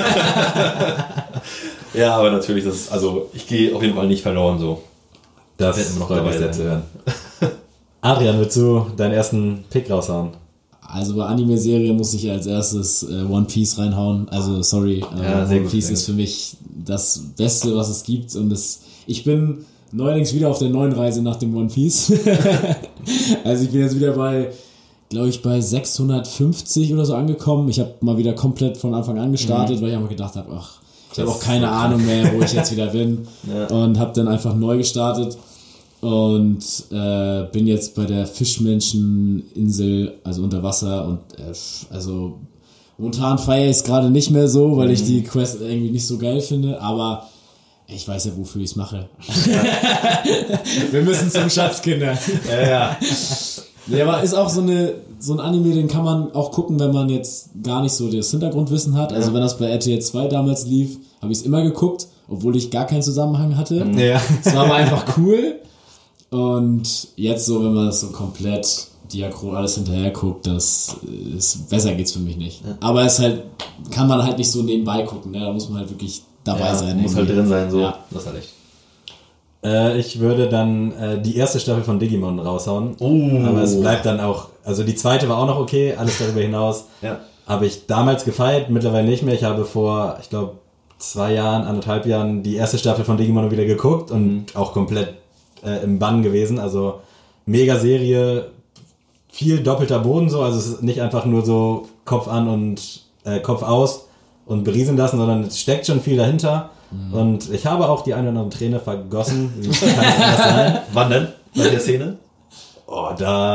Ja, aber natürlich, das ist, also ich gehe auf jeden Fall nicht verloren. So. Das Werden wir noch freut mich dabei sehr sein. zu hören. Adrian, willst du deinen ersten Pick raushauen? Also bei Anime-Serien muss ich als erstes äh, One Piece reinhauen. Also sorry, äh, Ja, sehr One gut, Piece sehr ist für mich das Beste, was es gibt. Und es, ich bin neuerdings wieder auf der neuen Reise nach dem One Piece. Also ich bin jetzt wieder bei, glaube ich, bei sechshundertfünfzig oder so angekommen. Ich habe mal wieder komplett von Anfang an gestartet, weil ich einfach gedacht habe, ach, ich habe Das auch ist keine so Ahnung mehr, wo ich jetzt wieder bin. Ja. Und habe dann einfach neu gestartet. Und äh, bin jetzt bei der Fischmenscheninsel, also unter Wasser, und äh, also momentan feiere ich es gerade nicht mehr so, weil ich die Quest irgendwie nicht so geil finde, aber ich weiß ja, wofür ich es mache. Wir müssen zum Schatzkinder. Ja, ja. Ja, aber ist auch so eine so ein Anime, den kann man auch gucken, wenn man jetzt gar nicht so das Hintergrundwissen hat. Also Ja. wenn das bei R T L zwei damals lief, habe ich es immer geguckt, obwohl ich gar keinen Zusammenhang hatte. Ja. Es war aber einfach cool. Und jetzt so, wenn man das so komplett diachron alles hinterher guckt, das ist, besser geht's für mich nicht. Aber es halt, kann man halt nicht so nebenbei gucken, ne? Da muss man halt wirklich dabei Ja, sein. muss halt irgendwie. drin sein, so. Ja. Das ist halt echt. Äh, ich würde dann äh, die erste Staffel von Digimon raushauen. Oh. Aber es bleibt dann auch, also die zweite war auch noch okay, alles darüber hinaus. Ja. Habe ich damals gefeiert, mittlerweile nicht mehr. Ich habe vor, ich glaube, zwei Jahren, anderthalb Jahren die erste Staffel von Digimon wieder geguckt und auch komplett äh, im Bann gewesen. Also mega Serie, viel doppelter Boden so, also es ist nicht einfach nur so Kopf an und äh, Kopf aus und berieseln lassen, sondern es steckt schon viel dahinter. Mhm. Und ich habe auch die eine oder andere Träne vergossen. Wie kann das sein? Wann denn? Bei der Szene? Oh,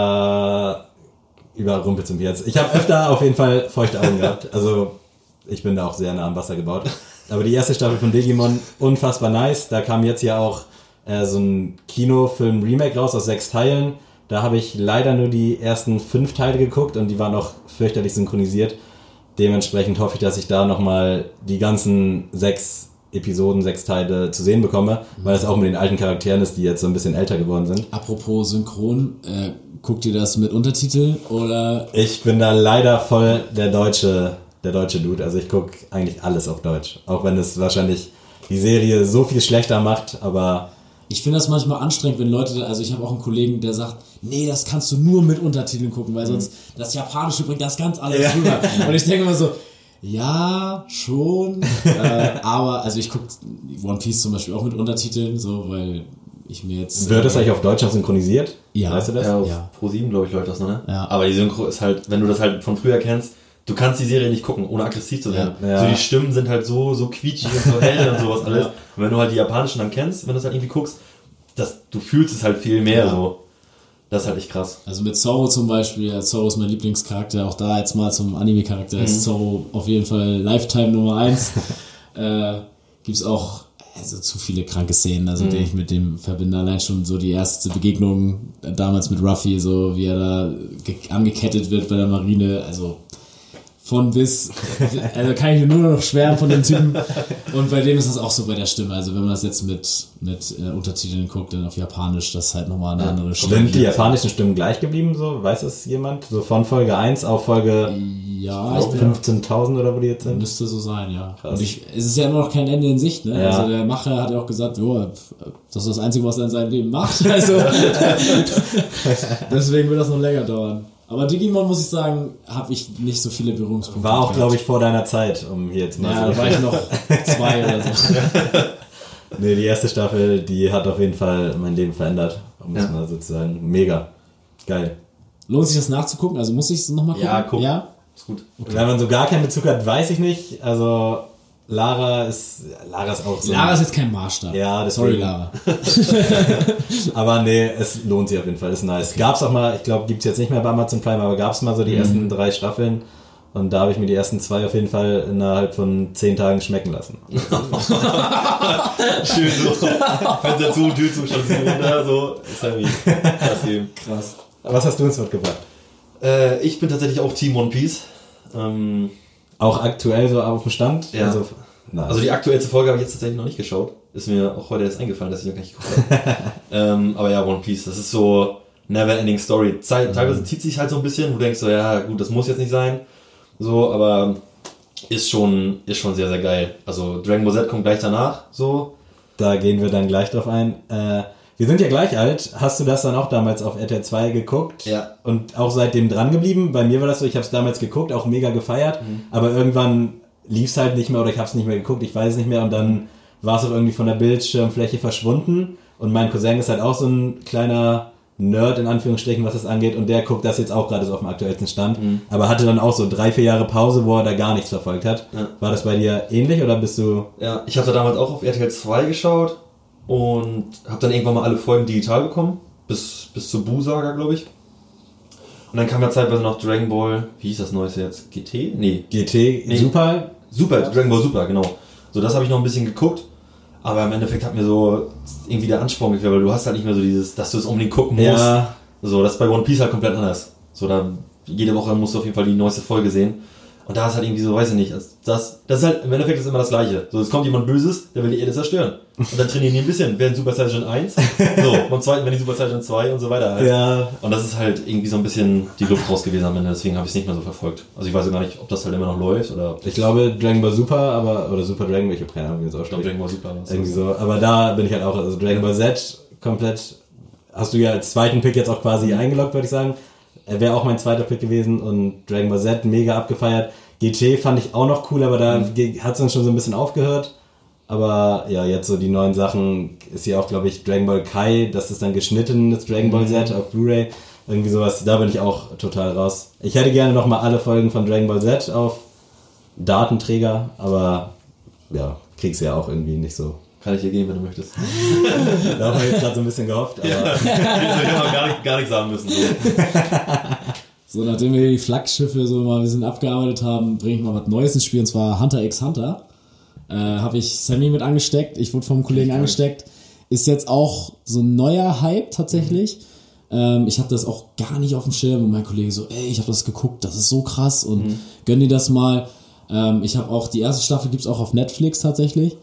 da überrumpelt es mich jetzt. Ich habe öfter auf jeden Fall feuchte Augen gehabt. Also ich bin da auch sehr nah am Wasser gebaut. Aber die erste Staffel von Digimon, unfassbar nice. Da kam jetzt ja auch äh, so ein Kinofilm-Remake raus aus sechs Teilen. Da habe ich leider nur die ersten fünf Teile geguckt und die waren auch fürchterlich synchronisiert. Dementsprechend hoffe ich, dass ich da nochmal die ganzen sechs Episoden, sechs Teile zu sehen bekomme, weil es auch mit den alten Charakteren ist, die jetzt so ein bisschen älter geworden sind. Apropos Synchron, äh, guckt ihr das mit Untertitel oder? Ich bin da leider voll der deutsche, der deutsche Dude. Also ich gucke eigentlich alles auf Deutsch. Auch wenn es wahrscheinlich die Serie so viel schlechter macht, aber... Ich finde das manchmal anstrengend, wenn Leute, also ich habe auch einen Kollegen, der sagt, nee, das kannst du nur mit Untertiteln gucken, weil sonst das Japanische bringt das ganz alles ja. rüber. Und ich denke immer so, ja, schon, äh, aber, also ich gucke One Piece zum Beispiel auch mit Untertiteln, so, weil ich mir jetzt... Wird das eigentlich auf Deutsch auch synchronisiert? Ja. Weißt du das? Ja, auf Ja. Pro sieben, glaube ich, läuft das noch, ne? Ja. Aber die Synchro ist halt, wenn du das halt von früher kennst, du kannst die Serie nicht gucken, ohne aggressiv zu werden. Ja. Ja. So die Stimmen sind halt so, so quietschig und so hell und sowas alles. Ja. Und wenn du halt die japanischen dann kennst, wenn du das halt irgendwie guckst, das, du fühlst es halt viel mehr Ja. so. Das ist halt echt krass. Also mit Zorro zum Beispiel, Zorro ist mein Lieblingscharakter, auch da jetzt mal zum Anime-Charakter ist Zorro auf jeden Fall Lifetime Nummer eins. äh, gibt's auch also zu viele kranke Szenen, also mhm. die ich mit dem verbinde. Allein schon so die erste Begegnung damals mit Ruffy, so wie er da ge- angekettet wird bei der Marine, also von bis, also kann ich mir nur noch schwärmen von dem Typen. Und bei dem ist das auch so bei der Stimme. Also wenn man das jetzt mit, mit äh, Untertiteln guckt, dann auf Japanisch, das ist halt nochmal eine andere Stimme. Sind die japanischen Stimmen gleich geblieben, so? Weiß es jemand? So von Folge eins auf Folge Ja, ich bin, fünfzehntausend oder wo die jetzt sind? müsste so sein, ja. Krass. Und ich, es ist ja immer noch kein Ende in Sicht, ne? Ja. Also der Macher hat ja auch gesagt, jo, das ist das Einzige, was er in seinem Leben macht. Also deswegen wird das noch länger dauern. Aber Digimon, muss ich sagen, habe ich nicht so viele Berührungspunkte. War auch, glaube ich, vor deiner Zeit, um hier jetzt mal Ja, so. da war ich noch zwei oder so. Nee, die erste Staffel, die hat auf jeden Fall mein Leben verändert, um es Ja. mal so zu sagen. Mega. Geil. Lohnt sich das nachzugucken? Also muss ich es nochmal gucken? Ja, guck. Ja? Ist gut. Wenn man so gar keinen Bezug hat, weiß ich nicht. Also Lara ist, Lara ist auch so. Lara ist jetzt kein Maßstab. Ja, Sorry, deswegen. Lara. Aber nee, es lohnt sich auf jeden Fall, ist nice. Gab's auch mal, ich glaube, gibt's jetzt nicht mehr bei Amazon Prime, aber gab's mal so die mhm. ersten drei Staffeln und da habe ich mir die ersten zwei auf jeden Fall innerhalb von zehn Tagen schmecken lassen. Schön so. Fenster zu, Tür zu, Station runter, so. Ist halt wie krass eben. Krass. Was hast du uns mitgebracht? Äh, ich bin tatsächlich auch Team One Piece. Ähm, Auch aktuell so auf dem Stand? Ja. Also, nice. Also die aktuellste Folge habe ich jetzt tatsächlich noch nicht geschaut. Ist mir auch heute erst eingefallen, dass ich noch gar nicht geguckt habe. ähm, aber ja, One Piece, das ist so never-ending Story. Ze- teilweise zieht sich halt so ein bisschen, wo du denkst so, ja gut, das muss jetzt nicht sein. So, aber ist schon, ist schon sehr, sehr geil. Also Dragon Ball Z kommt gleich danach, so. Da gehen wir dann gleich drauf ein. Äh, wir sind ja gleich alt. Hast du das dann auch damals auf R T L zwei geguckt? Ja. Und auch seitdem dran geblieben? Bei mir war das so, ich habe es damals geguckt, auch mega gefeiert. Mhm. Aber irgendwann lief es halt nicht mehr oder ich habe es nicht mehr geguckt, ich weiß es nicht mehr. Und dann war es auch irgendwie von der Bildschirmfläche verschwunden. Und mein Cousin ist halt auch so ein kleiner Nerd in Anführungsstrichen, was das angeht. Und der guckt das jetzt auch gerade so auf dem aktuellsten Stand. Mhm. Aber hatte dann auch so drei, vier Jahre Pause, wo er da gar nichts verfolgt hat. Ja. War das bei dir ähnlich oder bist du... Ja, ich habe da damals auch auf R T L zwei geschaut. Und habe dann irgendwann mal alle Folgen digital bekommen. Bis, bis zur Buu-Saga, glaube ich. Und dann kam ja zeitweise noch Dragon Ball, wie hieß das Neueste jetzt? G T? Nee. G T? Nee. Super? Super, Dragon Ball Super, genau. So, das habe ich noch ein bisschen geguckt. Aber im Endeffekt hat mir so irgendwie der Ansporn gefehlt, weil du hast halt nicht mehr so dieses, dass du es unbedingt gucken musst. Ja. So, das ist bei One Piece halt komplett anders. So, da jede Woche musst du auf jeden Fall die neueste Folge sehen. Und da ist halt irgendwie so, weiß ich nicht, das, das ist halt, im Endeffekt ist immer das Gleiche. So, es kommt jemand Böses, der will die Erde zerstören. Und dann trainieren die ein bisschen, werden Super Saiyan eins, so, beim zweiten werden die Super Saiyan zwei und so weiter halt. Ja. Und das ist halt irgendwie so ein bisschen die Luft raus gewesen am Ende, deswegen habe ich es nicht mehr so verfolgt. Also ich weiß gar nicht, ob das halt immer noch läuft oder... Ich glaube Dragon Ball Super, aber, oder Super Dragon Ball, ich habe keine Ahnung, wie es Ich glaube ausspricht. Dragon Ball Super. Was Irgendwie so, aber da bin ich halt auch, also Dragon Ball Z komplett, hast du ja als zweiten Pick jetzt auch quasi mhm. eingeloggt, würde ich sagen. Er wäre auch mein zweiter Pick gewesen und Dragon Ball Z mega abgefeiert. G T fand ich auch noch cool, aber da mhm. hat es dann schon so ein bisschen aufgehört. Aber ja, jetzt so die neuen Sachen ist ja auch, glaube ich, Dragon Ball Kai, das ist dann geschnittenes Dragon Ball Z auf Blu-ray. Irgendwie sowas, da bin ich auch total raus. Ich hätte gerne nochmal alle Folgen von Dragon Ball Z auf Datenträger, aber ja, krieg's ja auch irgendwie nicht so. Kann ich dir geben, wenn du möchtest. Da haben wir jetzt gerade so ein bisschen gehofft, aber... Ich hätte gar nicht, gar nicht sagen müssen. So. So, nachdem wir die Flaggschiffe so mal ein bisschen abgearbeitet haben, bringe ich mal was Neues ins Spiel, und zwar Hunter x Hunter. Äh, habe ich Sammy mit angesteckt, ich wurde vom Kollegen angesteckt. Ist jetzt auch so ein neuer Hype tatsächlich. Mhm. Ähm, ich hatte das auch gar nicht auf dem Schirm und mein Kollege so, ey, ich habe das geguckt, das ist so krass und mhm. gönn dir das mal. Ähm, ich habe auch, die erste Staffel gibt's auch auf Netflix tatsächlich.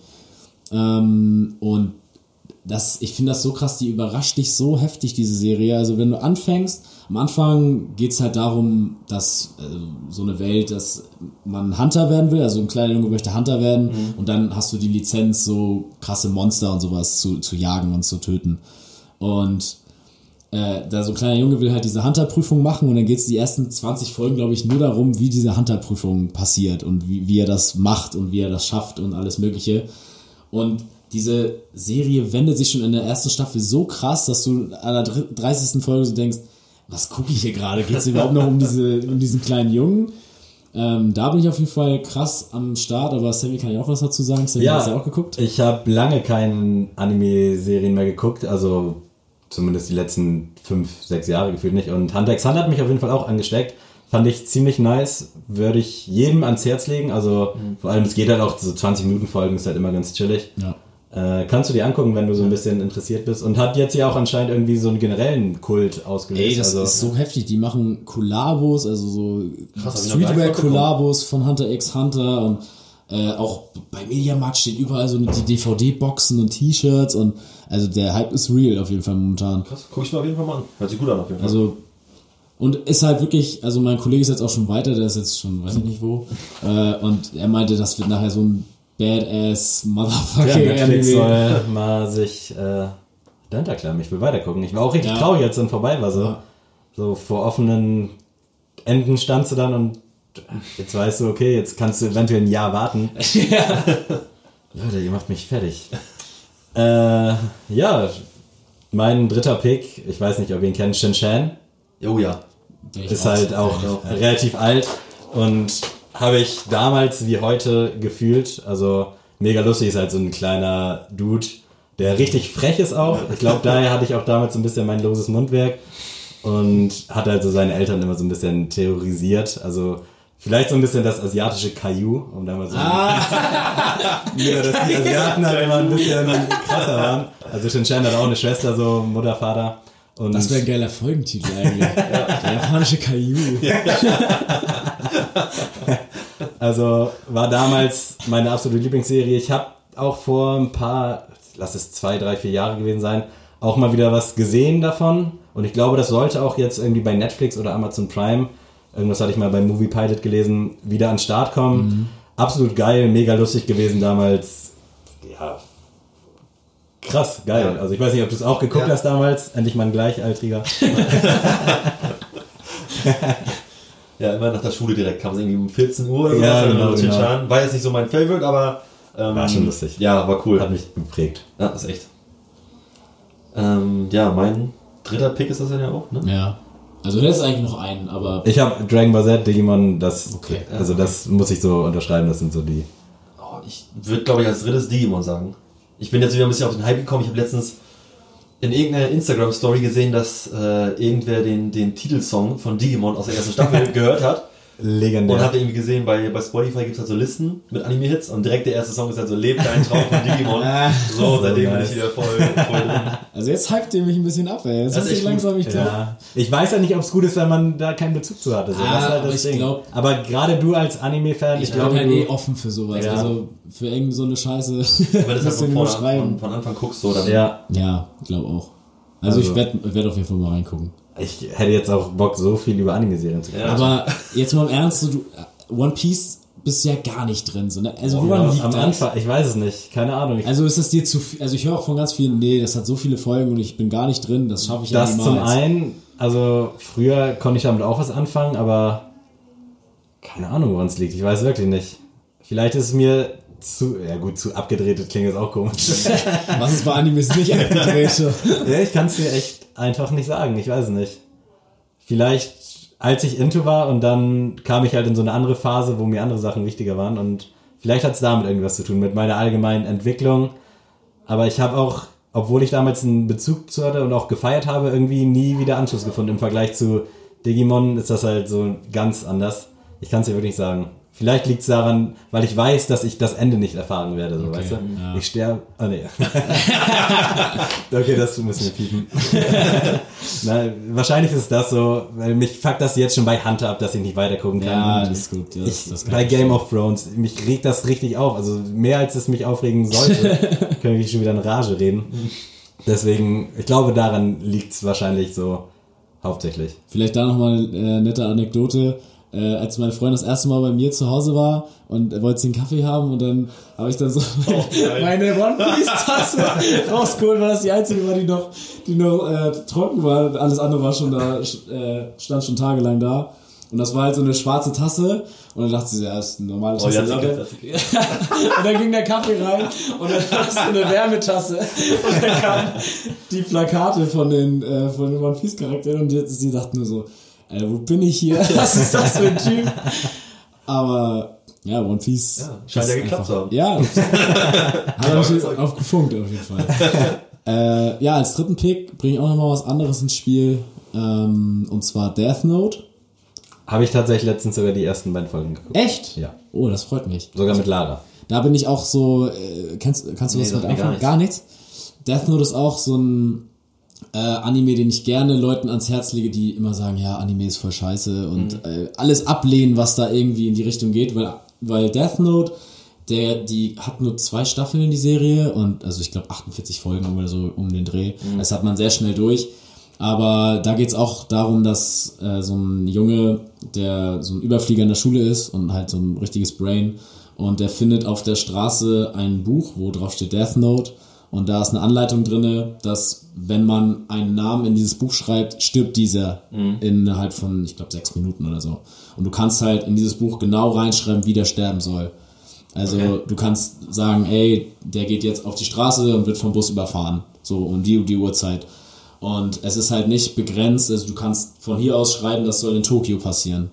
Ähm, und das, ich finde das so krass, die überrascht dich so heftig, diese Serie. Also wenn du anfängst, am Anfang geht's halt darum, dass äh, so eine Welt, dass man Hunter werden will, also ein kleiner Junge möchte Hunter werden mhm. und dann hast du die Lizenz, so krasse Monster und sowas zu, zu jagen und zu töten. Und äh, da so ein kleiner Junge will halt diese Hunter-Prüfung machen und dann geht's die ersten zwanzig Folgen, glaube ich, nur darum, wie diese Hunter-Prüfung passiert und wie, wie er das macht und wie er das schafft und alles Mögliche. Und diese Serie wendet sich schon in der ersten Staffel so krass, dass du an der dreißigsten Folge so denkst, was gucke ich hier gerade? Geht es überhaupt noch um diese um diesen kleinen Jungen? Ähm, da bin ich auf jeden Fall krass am Start, aber Sammy kann ja auch was dazu sagen. Sammy, ja, hast du ja auch geguckt? Ich habe lange keine Anime-Serien mehr geguckt, also zumindest die letzten fünf, sechs Jahre gefühlt nicht. Und Hunter x Hunter hat mich auf jeden Fall auch angesteckt. Fand ich ziemlich nice, würde ich jedem ans Herz legen. Also mhm. vor allem, es geht halt auch so zwanzig Minuten Folgen, ist halt immer ganz chillig. Ja. Äh, kannst du dir angucken, wenn du so ein bisschen interessiert bist. Und hat jetzt ja auch anscheinend irgendwie so einen generellen Kult ausgelöst. Ey, das also, ist so heftig. Die machen Kollabos, also so Streetwear-Kollabos von Hunter x Hunter. Und äh, auch bei Mediamarkt steht überall so die D V D-Boxen und T-Shirts. Und also der Hype ist real auf jeden Fall momentan. Krass, guck ich mal auf jeden Fall mal an. Hört sich gut an auf jeden Fall. Also, und ist halt wirklich, also mein Kollege ist jetzt auch schon weiter, der ist jetzt schon, weiß ich nicht wo. äh, und er meinte, das wird nachher so ein Badass Motherfucking ja, Netflix soll mal sich äh, dahinter klemmen. Ich will weitergucken. Ich war auch richtig ja. traurig, als es dann vorbei war. So, ja. so vor offenen Enden standst du dann und jetzt weißt du, okay, jetzt kannst du eventuell ein Jahr warten. Ja. Leute, ihr macht mich fertig. äh, ja, mein dritter Pick, ich weiß nicht, ob ihr ihn kennt, Shin Chan. Oh ja. Ist halt auch ja. relativ alt und habe ich damals wie heute gefühlt. Also mega lustig, ist halt so ein kleiner Dude, der richtig frech ist auch. Ich glaube, daher hatte ich auch damals so ein bisschen mein loses Mundwerk und hat halt so seine Eltern immer so ein bisschen terrorisiert. Also vielleicht so ein bisschen das asiatische Caillou, um da mal so ah. ja, dass die Asiaten halt immer ein bisschen krasser waren. Also Shin Chan hat auch eine Schwester, so Mutter, Vater. Und das wäre ein geiler Folgentitel eigentlich. Ja. Der japanische Caillou. Also war damals meine absolute Lieblingsserie. Ich habe auch vor ein paar, lass es zwei, drei, vier Jahre gewesen sein, auch mal wieder was gesehen davon. Und ich glaube, das sollte auch jetzt irgendwie bei Netflix oder Amazon Prime, irgendwas hatte ich mal bei Movie Pilot gelesen, wieder an den Start kommen. Mhm. Absolut geil, mega lustig gewesen damals. Ja, krass, geil. Ja. Also ich weiß nicht, ob du es auch geguckt ja. hast damals. Endlich mal ein Gleichaltriger. Ja, immer nach der Schule direkt kam es irgendwie um vierzehn Uhr oder so. Ja, genau, genau. War jetzt nicht so mein Favorite, aber ähm, war schon lustig. Ja, war cool. Hat mich geprägt. Ja, ist echt. Ähm, ja, mein dritter Pick ist das dann ja auch, ne? Ja. Also du hättest eigentlich noch einen, aber... Ich habe Dragon Ball Z, Digimon, das... Okay. Also das muss ich so unterschreiben, das sind so die... Oh, ich würde, glaube ich, als drittes Digimon sagen. Ich bin jetzt wieder ein bisschen auf den Hype gekommen. Ich habe letztens in irgendeiner Instagram-Story gesehen, dass äh, irgendwer den, den Titelsong von Digimon aus der ersten Staffel gehört hat. Legendär. Und habe irgendwie gesehen, bei, bei Spotify gibt es halt so Listen mit Anime-Hits und direkt der erste Song ist halt so Lebt dein Traum von Digimon. So, seitdem bin ich wieder voll, voll drin. Also jetzt hypt ihr mich ein bisschen ab, ey. Jetzt das ist echt langsam mich drauf. Ja. Ich weiß ja nicht, ob es gut ist, wenn man da keinen Bezug zu hatte. So. Ah, das ist halt das aber ich Ding. glaub, aber gerade du als Anime-Fan, ich, ich bin glaube, halt du, eh offen für sowas. Ja. Also für irgend so eine Scheiße. Wenn du das halt von, vorne, von, von Anfang guckst, so dann. Ja, ja, glaube auch. Also, also ich werde werd auf jeden Fall mal reingucken. Ich hätte jetzt auch Bock, so viel über Anime-Serien zu gucken. Ja. Aber jetzt mal im Ernst, du, One Piece bist du ja gar nicht drin. So, ne? Also, woran ja, liegt am das? Anfang, ich weiß es nicht, keine Ahnung. Ich also ist das dir zu viel, also ich höre auch von ganz vielen, nee, das hat so viele Folgen und ich bin gar nicht drin, das schaffe ich ja das niemals. zum einen, also früher konnte ich damit auch was anfangen, aber keine Ahnung, woran es liegt, ich weiß wirklich nicht. Vielleicht ist es mir zu, ja gut, zu abgedreht, das klingt jetzt auch komisch. Was ist bei Animes nicht abgedreht? Ja, ich kann es dir echt einfach nicht sagen, ich weiß es nicht. vielleicht als ich into war und dann kam ich halt in so eine andere Phase, wo mir andere Sachen wichtiger waren und vielleicht hat es damit irgendwas zu tun, mit meiner allgemeinen Entwicklung. Aber ich habe auch, obwohl ich damals einen Bezug zu hatte und auch gefeiert habe, irgendwie nie wieder Anschluss gefunden. Im Vergleich zu Digimon ist das halt so ganz anders. Ich kann es dir wirklich nicht sagen. Vielleicht liegt es daran, weil ich weiß, dass ich das Ende nicht erfahren werde, so, Okay, weißt du? ja. Ich sterbe. Ah, nee. Okay, das müssen wir piepen. Na, wahrscheinlich ist das so, weil mich fuckt das jetzt schon bei Hunter ab, dass ich nicht weitergucken kann. Ja, Und das ist gut. Das, ich, das kann bei ich Game verstehen. of Thrones, mich regt das richtig auf. Also mehr als es mich aufregen sollte, können wir schon wieder in Rage reden. Deswegen, ich glaube, daran liegt es wahrscheinlich so hauptsächlich. Vielleicht da nochmal eine äh, nette Anekdote. Äh, als meine Freundin das erste Mal bei mir zu Hause war und er wollte einen Kaffee haben und dann habe ich dann so meine One Piece Tasse rausgeholt, weil das die einzige war, die noch, die noch äh, trocken war. Alles andere war schon da, äh, stand schon tagelang da. Und das war halt so eine schwarze Tasse und dann dachte sie, ja, das ist eine normale Tasse. Oh, ja, und, und dann ging der Kaffee rein und dann war es eine Wärmetasse und dann kamen die Plakate von den, äh, von den One Piece Charakteren und jetzt, sie dachte nur so, Alter, wo bin ich hier? Was ist das für ein Typ? Aber ja, One Piece. Ja, scheint ja geklappt zu haben. Ja, hat natürlich aufgefunkt auf jeden Fall. äh, ja, als dritten Pick bringe ich auch nochmal was anderes ins Spiel. Ähm, und zwar Death Note. Habe ich tatsächlich letztens sogar die ersten beiden Folgen geguckt. Echt? Ja. Oh, das freut mich. Sogar mit Lara. Da bin ich auch so, äh, kennst, kannst du Nee, das sagt mit mir gar anfangen? Gar nichts. Death Note ist auch so ein äh, Anime, den ich gerne Leuten ans Herz lege, die immer sagen, ja, Anime ist voll scheiße und mhm. äh, alles ablehnen, was da irgendwie in die Richtung geht, weil, weil Death Note, der, die hat nur zwei Staffeln in die Serie und also ich glaube achtundvierzig Folgen oder so um den Dreh. Mhm. Das hat man sehr schnell durch. Aber da geht's auch darum, dass äh, so ein Junge, der so ein Überflieger in der Schule ist und halt so ein richtiges Brain und der findet auf der Straße ein Buch, wo drauf steht Death Note und da ist eine Anleitung drinne, dass wenn man einen Namen in dieses Buch schreibt, stirbt dieser mhm. innerhalb von, ich glaube, sechs Minuten oder so. Und du kannst halt in dieses Buch genau reinschreiben, wie der sterben soll. Also okay. Du kannst sagen, ey, der geht jetzt auf die Straße und wird vom Bus überfahren. So um die, um die Uhrzeit. Und es ist halt nicht begrenzt, also du kannst von hier aus schreiben, das soll in Tokio passieren.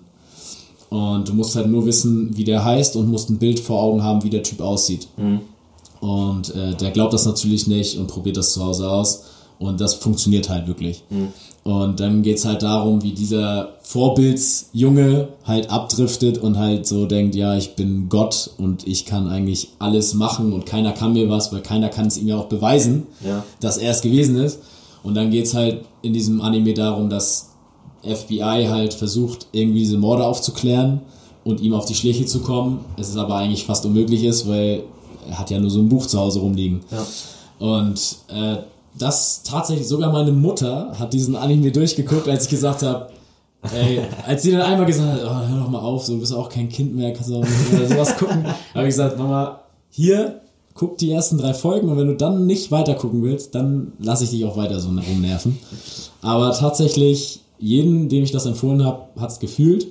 Und du musst halt nur wissen, wie der heißt und musst ein Bild vor Augen haben, wie der Typ aussieht. Mhm. Und äh, der glaubt das natürlich nicht und probiert das zu Hause aus. Und das funktioniert halt wirklich. Mhm. Und dann geht's halt darum, wie dieser Vorbildsjunge halt abdriftet und halt so denkt, ja, ich bin Gott und ich kann eigentlich alles machen und keiner kann mir was, weil keiner kann es ihm ja auch beweisen, ja. dass er es gewesen ist. Und dann geht's halt in diesem Anime darum, dass F B I halt versucht, irgendwie diese Morde aufzuklären und ihm auf die Schliche zu kommen. Es ist aber eigentlich fast unmöglich ist, weil er hat ja nur so ein Buch zu Hause rumliegen. Ja. Und äh, das tatsächlich, sogar meine Mutter hat diesen Anime durchgeguckt, als ich gesagt habe, ey, als sie dann einmal gesagt hat, oh, hör doch mal auf, so, du bist auch kein Kind mehr, kannst du auch nicht oder sowas gucken. habe ich gesagt, Mama, hier, guck die ersten drei Folgen und wenn du dann nicht weiter gucken willst, dann lasse ich dich auch weiter so rumnerven. Aber tatsächlich, jeden, dem ich das empfohlen habe, hat es gefühlt.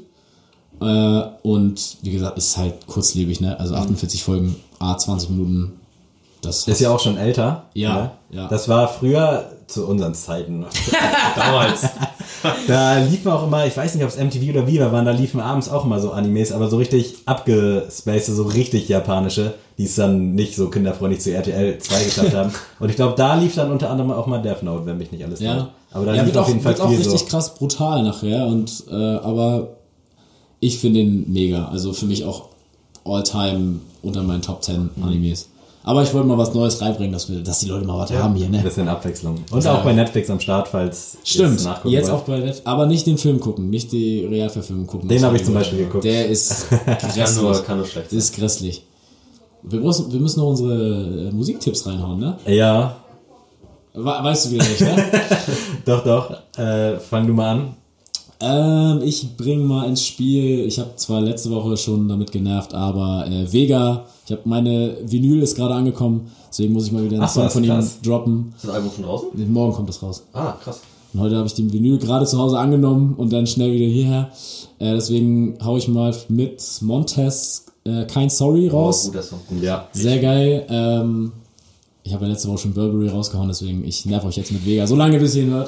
Äh, und wie gesagt, ist halt kurzlebig, ne? Also achtundvierzig Folgen, a zwanzig Minuten. Das ist ja auch schon älter. Ja, ne? ja. Das war früher zu unseren Zeiten. Damals. Da liefen auch immer, ich weiß nicht, ob es M T V oder Viva waren, da liefen abends auch immer so Animes, aber so richtig abgespacede, so richtig japanische, die es dann nicht so kinderfreundlich zu R T L zwei geschafft haben. Und ich glaube, da lief dann unter anderem auch mal Death Note, wenn mich nicht alles ja. täuscht. Aber da ja, lief wird auf jeden auch, Fall wird viel auch richtig so. krass brutal nachher. Und äh, aber ich finde ihn mega. Also für mich auch all-time unter meinen Top zehn Animes. Aber ich wollte mal was Neues reinbringen, dass wir, dass die Leute mal was ja, haben hier, ne? Ein bisschen Abwechslung. Und ja. auch bei Netflix am Start, falls Stimmt, jetzt nachgucken jetzt wollt. auch bei Netflix. Aber nicht den Film gucken, nicht die Realverfilmung gucken. Den habe ich zum Beispiel geguckt. Der ist kann nur, kann nur schlecht sein. ist grässlich. Wir müssen, wir müssen noch unsere Musiktipps reinhauen, ne? Ja. We- weißt du wieder nicht, ne? Doch, doch. Äh, fang du mal an. Ähm, ich bring mal ins Spiel, ich habe zwar letzte Woche schon damit genervt, aber äh, Vega, ich habe meine Vinyl ist gerade angekommen, deswegen muss ich mal wieder einen Ach, Song was, von ihm krass. droppen. Ist das Album schon draußen? Morgen kommt das raus. Ah, krass. Und heute habe ich den Vinyl gerade zu Hause angenommen und dann schnell wieder hierher. Äh, deswegen hau ich mal mit Montez äh, Kein Sorry raus. Oh, guter Song. Ja. Sehr geil. Ähm, ich habe ja letzte Woche schon Burberry rausgehauen, deswegen ich nerv euch jetzt mit Vega. So lange bis ihr ihn hört.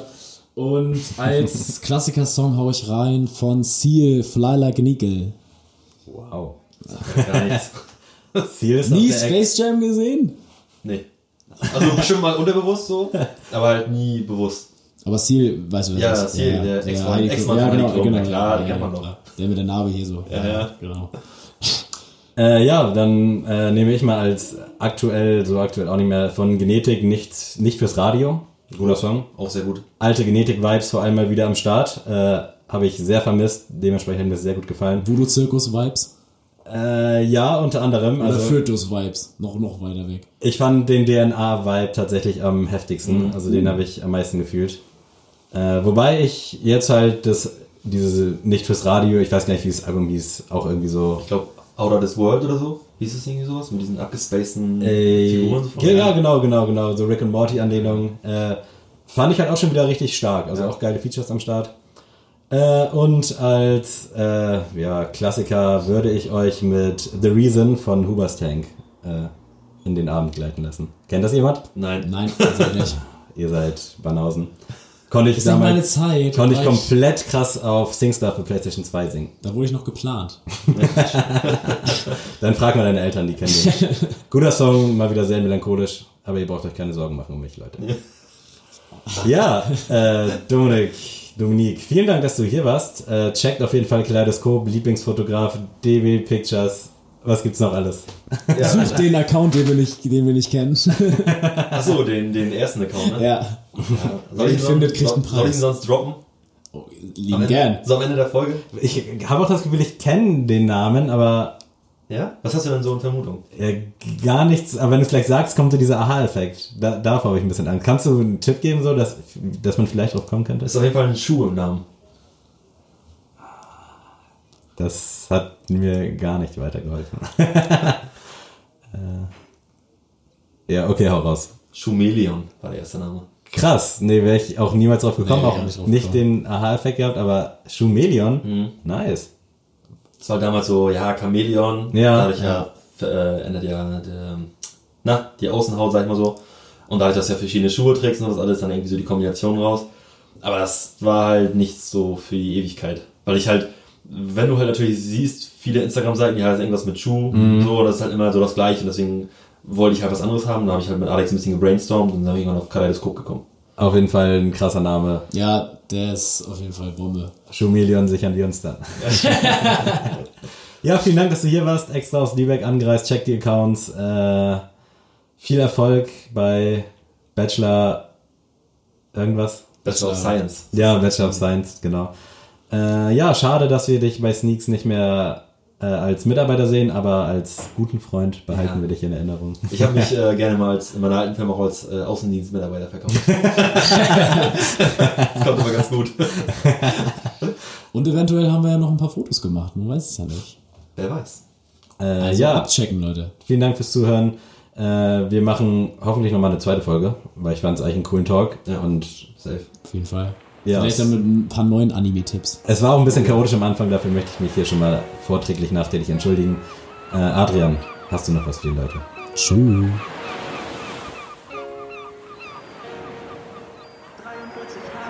Und als Klassiker-Song hau ich rein von Seal, Fly Like an Eagle. Wow. Gar nichts. Seal ist Nie noch der Ex- Space Jam gesehen? Nee. Also bestimmt mal unterbewusst so, aber halt nie bewusst. Aber Seal, weißt du, wer Ja, das ist? Seal, der Ex-Mann- Heidi Ex-Mann Klum. Ja, von genau, Heidi Klum, genau, na klar, den ja, kennt man ja, doch. klar. Der mit der Narbe hier so. Ja, ja. Genau. Äh, ja, dann äh, nehme ich mal als aktuell, so aktuell auch nicht mehr, von Genetik nicht, nicht fürs Radio. Guter Song. Auch sehr gut. Alte Genetik-Vibes vor allem mal wieder am Start. Äh, Habe ich sehr vermisst. Dementsprechend hat mir sehr gut gefallen. Voodoo-Zirkus-Vibes? Äh, ja, unter anderem. Oder Also, Fötus-Vibes? Noch, noch weiter weg. ich fand den D N A-Vibe tatsächlich am heftigsten. Also den habe ich am meisten gefühlt. Äh, wobei ich jetzt halt das, diese, nicht fürs Radio, ich weiß gar nicht, wie das Album hieß, auch irgendwie so... Ich glaube, Out of this World oder so. Hieß es irgendwie sowas? Mit diesen abgespaceden Äh, Figuren. So von ja, ja, genau, genau, genau. So Rick and Morty Anlehnung. Äh, fand ich halt auch schon wieder richtig stark. Also Ja. auch geile Features am Start. Äh, und als äh, ja, Klassiker würde ich euch mit The Reason von Hubers Tank äh, in den Abend gleiten lassen. Kennt das jemand? Nein. Nein, also nicht. Ihr seid Banausen. Konnte ich Das ist nicht meine damals Zeit. konnte ich Da war komplett krass auf SingStar für PlayStation zwei singen. Da wurde ich noch geplant. Dann frag mal deine Eltern, die kennen den. Guter Song, mal wieder sehr melancholisch, aber ihr braucht euch keine Sorgen machen um mich, Leute. Ja, äh, Dominik, Dominik, vielen Dank, dass du hier warst. Äh, checkt auf jeden Fall Kaleidoskop, Lieblingsfotograf, D B Pictures. Was gibt's noch alles? Ja. Such den Account, den wir nicht, den wir nicht kennen. Achso, den, den ersten Account, ne? Ja. Soll ich ihn findet, sonst, kriegt einen soll, soll ich Preis. ihn sonst droppen? Oh, Am lieben Ende- gern. So am Ende der Folge? Ich habe auch das Gefühl, ich kenne den Namen, aber Ja? Was hast du denn so in Vermutung? äh, gar nichts. Aber wenn du es gleich sagst, kommt so dieser Aha-Effekt. Da, davor habe ich ein bisschen Angst. Kannst du einen Tipp geben, so, dass, dass man vielleicht drauf kommen könnte? Ist auf jeden Fall ein Schuh im Namen. Das hat mir gar nicht weitergeholfen. äh, ja, okay, hau raus. Schumelion war der erste Name. Krass, nee, wäre ich auch niemals drauf gekommen, Nee, auch auch nicht drauf nicht gekommen. den Aha-Effekt gehabt, aber Schumelion, Mhm. nice. Das war damals so, ja, Chamäleon. Ja, Dadurch ja, äh, ändert ja der, na, die Außenhaut, sag ich mal so. Und dadurch, dass du ja verschiedene Schuhe trägst und das alles, dann irgendwie so die Kombination raus. Aber das war halt nicht so für die Ewigkeit. Weil ich halt, wenn du halt natürlich siehst, viele Instagram-Seiten, die heißen irgendwas mit Schuh, Mhm. so, das ist halt immer so das Gleiche. Und deswegen wollte ich halt was anderes haben. Da habe ich halt mit Alex ein bisschen gebrainstormt und dann bin ich irgendwann auf Kaleidoskop gekommen. Auf jeden Fall ein krasser Name. Ja, der ist auf jeden Fall Bombe. Schumelion sichern wir uns dann. Ja, vielen Dank, dass du hier warst. Extra aus Lübeck angereist. Check die Accounts. Äh, viel Erfolg bei Bachelor irgendwas. Bachelor of Science. Ja, Bachelor of Science, genau. Äh, ja, schade, dass wir dich bei Sneaks nicht mehr äh, als Mitarbeiter sehen, aber als guten Freund behalten Ja. wir dich in Erinnerung. Ich habe mich äh, gerne mal als, in meiner alten Firma auch als äh, Außendienstmitarbeiter verkauft. Das kommt aber ganz gut. Und eventuell haben wir ja noch ein paar Fotos gemacht. Man weiß es ja nicht. Wer weiß. Äh, Also ja, abchecken, Leute. vielen Dank fürs Zuhören. Äh, wir machen hoffentlich nochmal eine zweite Folge, weil ich fand es eigentlich einen coolen Talk. Ja. Und Safe. Auf jeden Fall. Ja, Vielleicht es- dann mit ein paar neuen Anime-Tipps. es war auch ein bisschen chaotisch am Anfang, dafür möchte ich mich hier schon mal vorträglich nachträglich entschuldigen. Äh, Adrian, hast du noch was für die Leute? Tschüss. dreiundvierzig Mal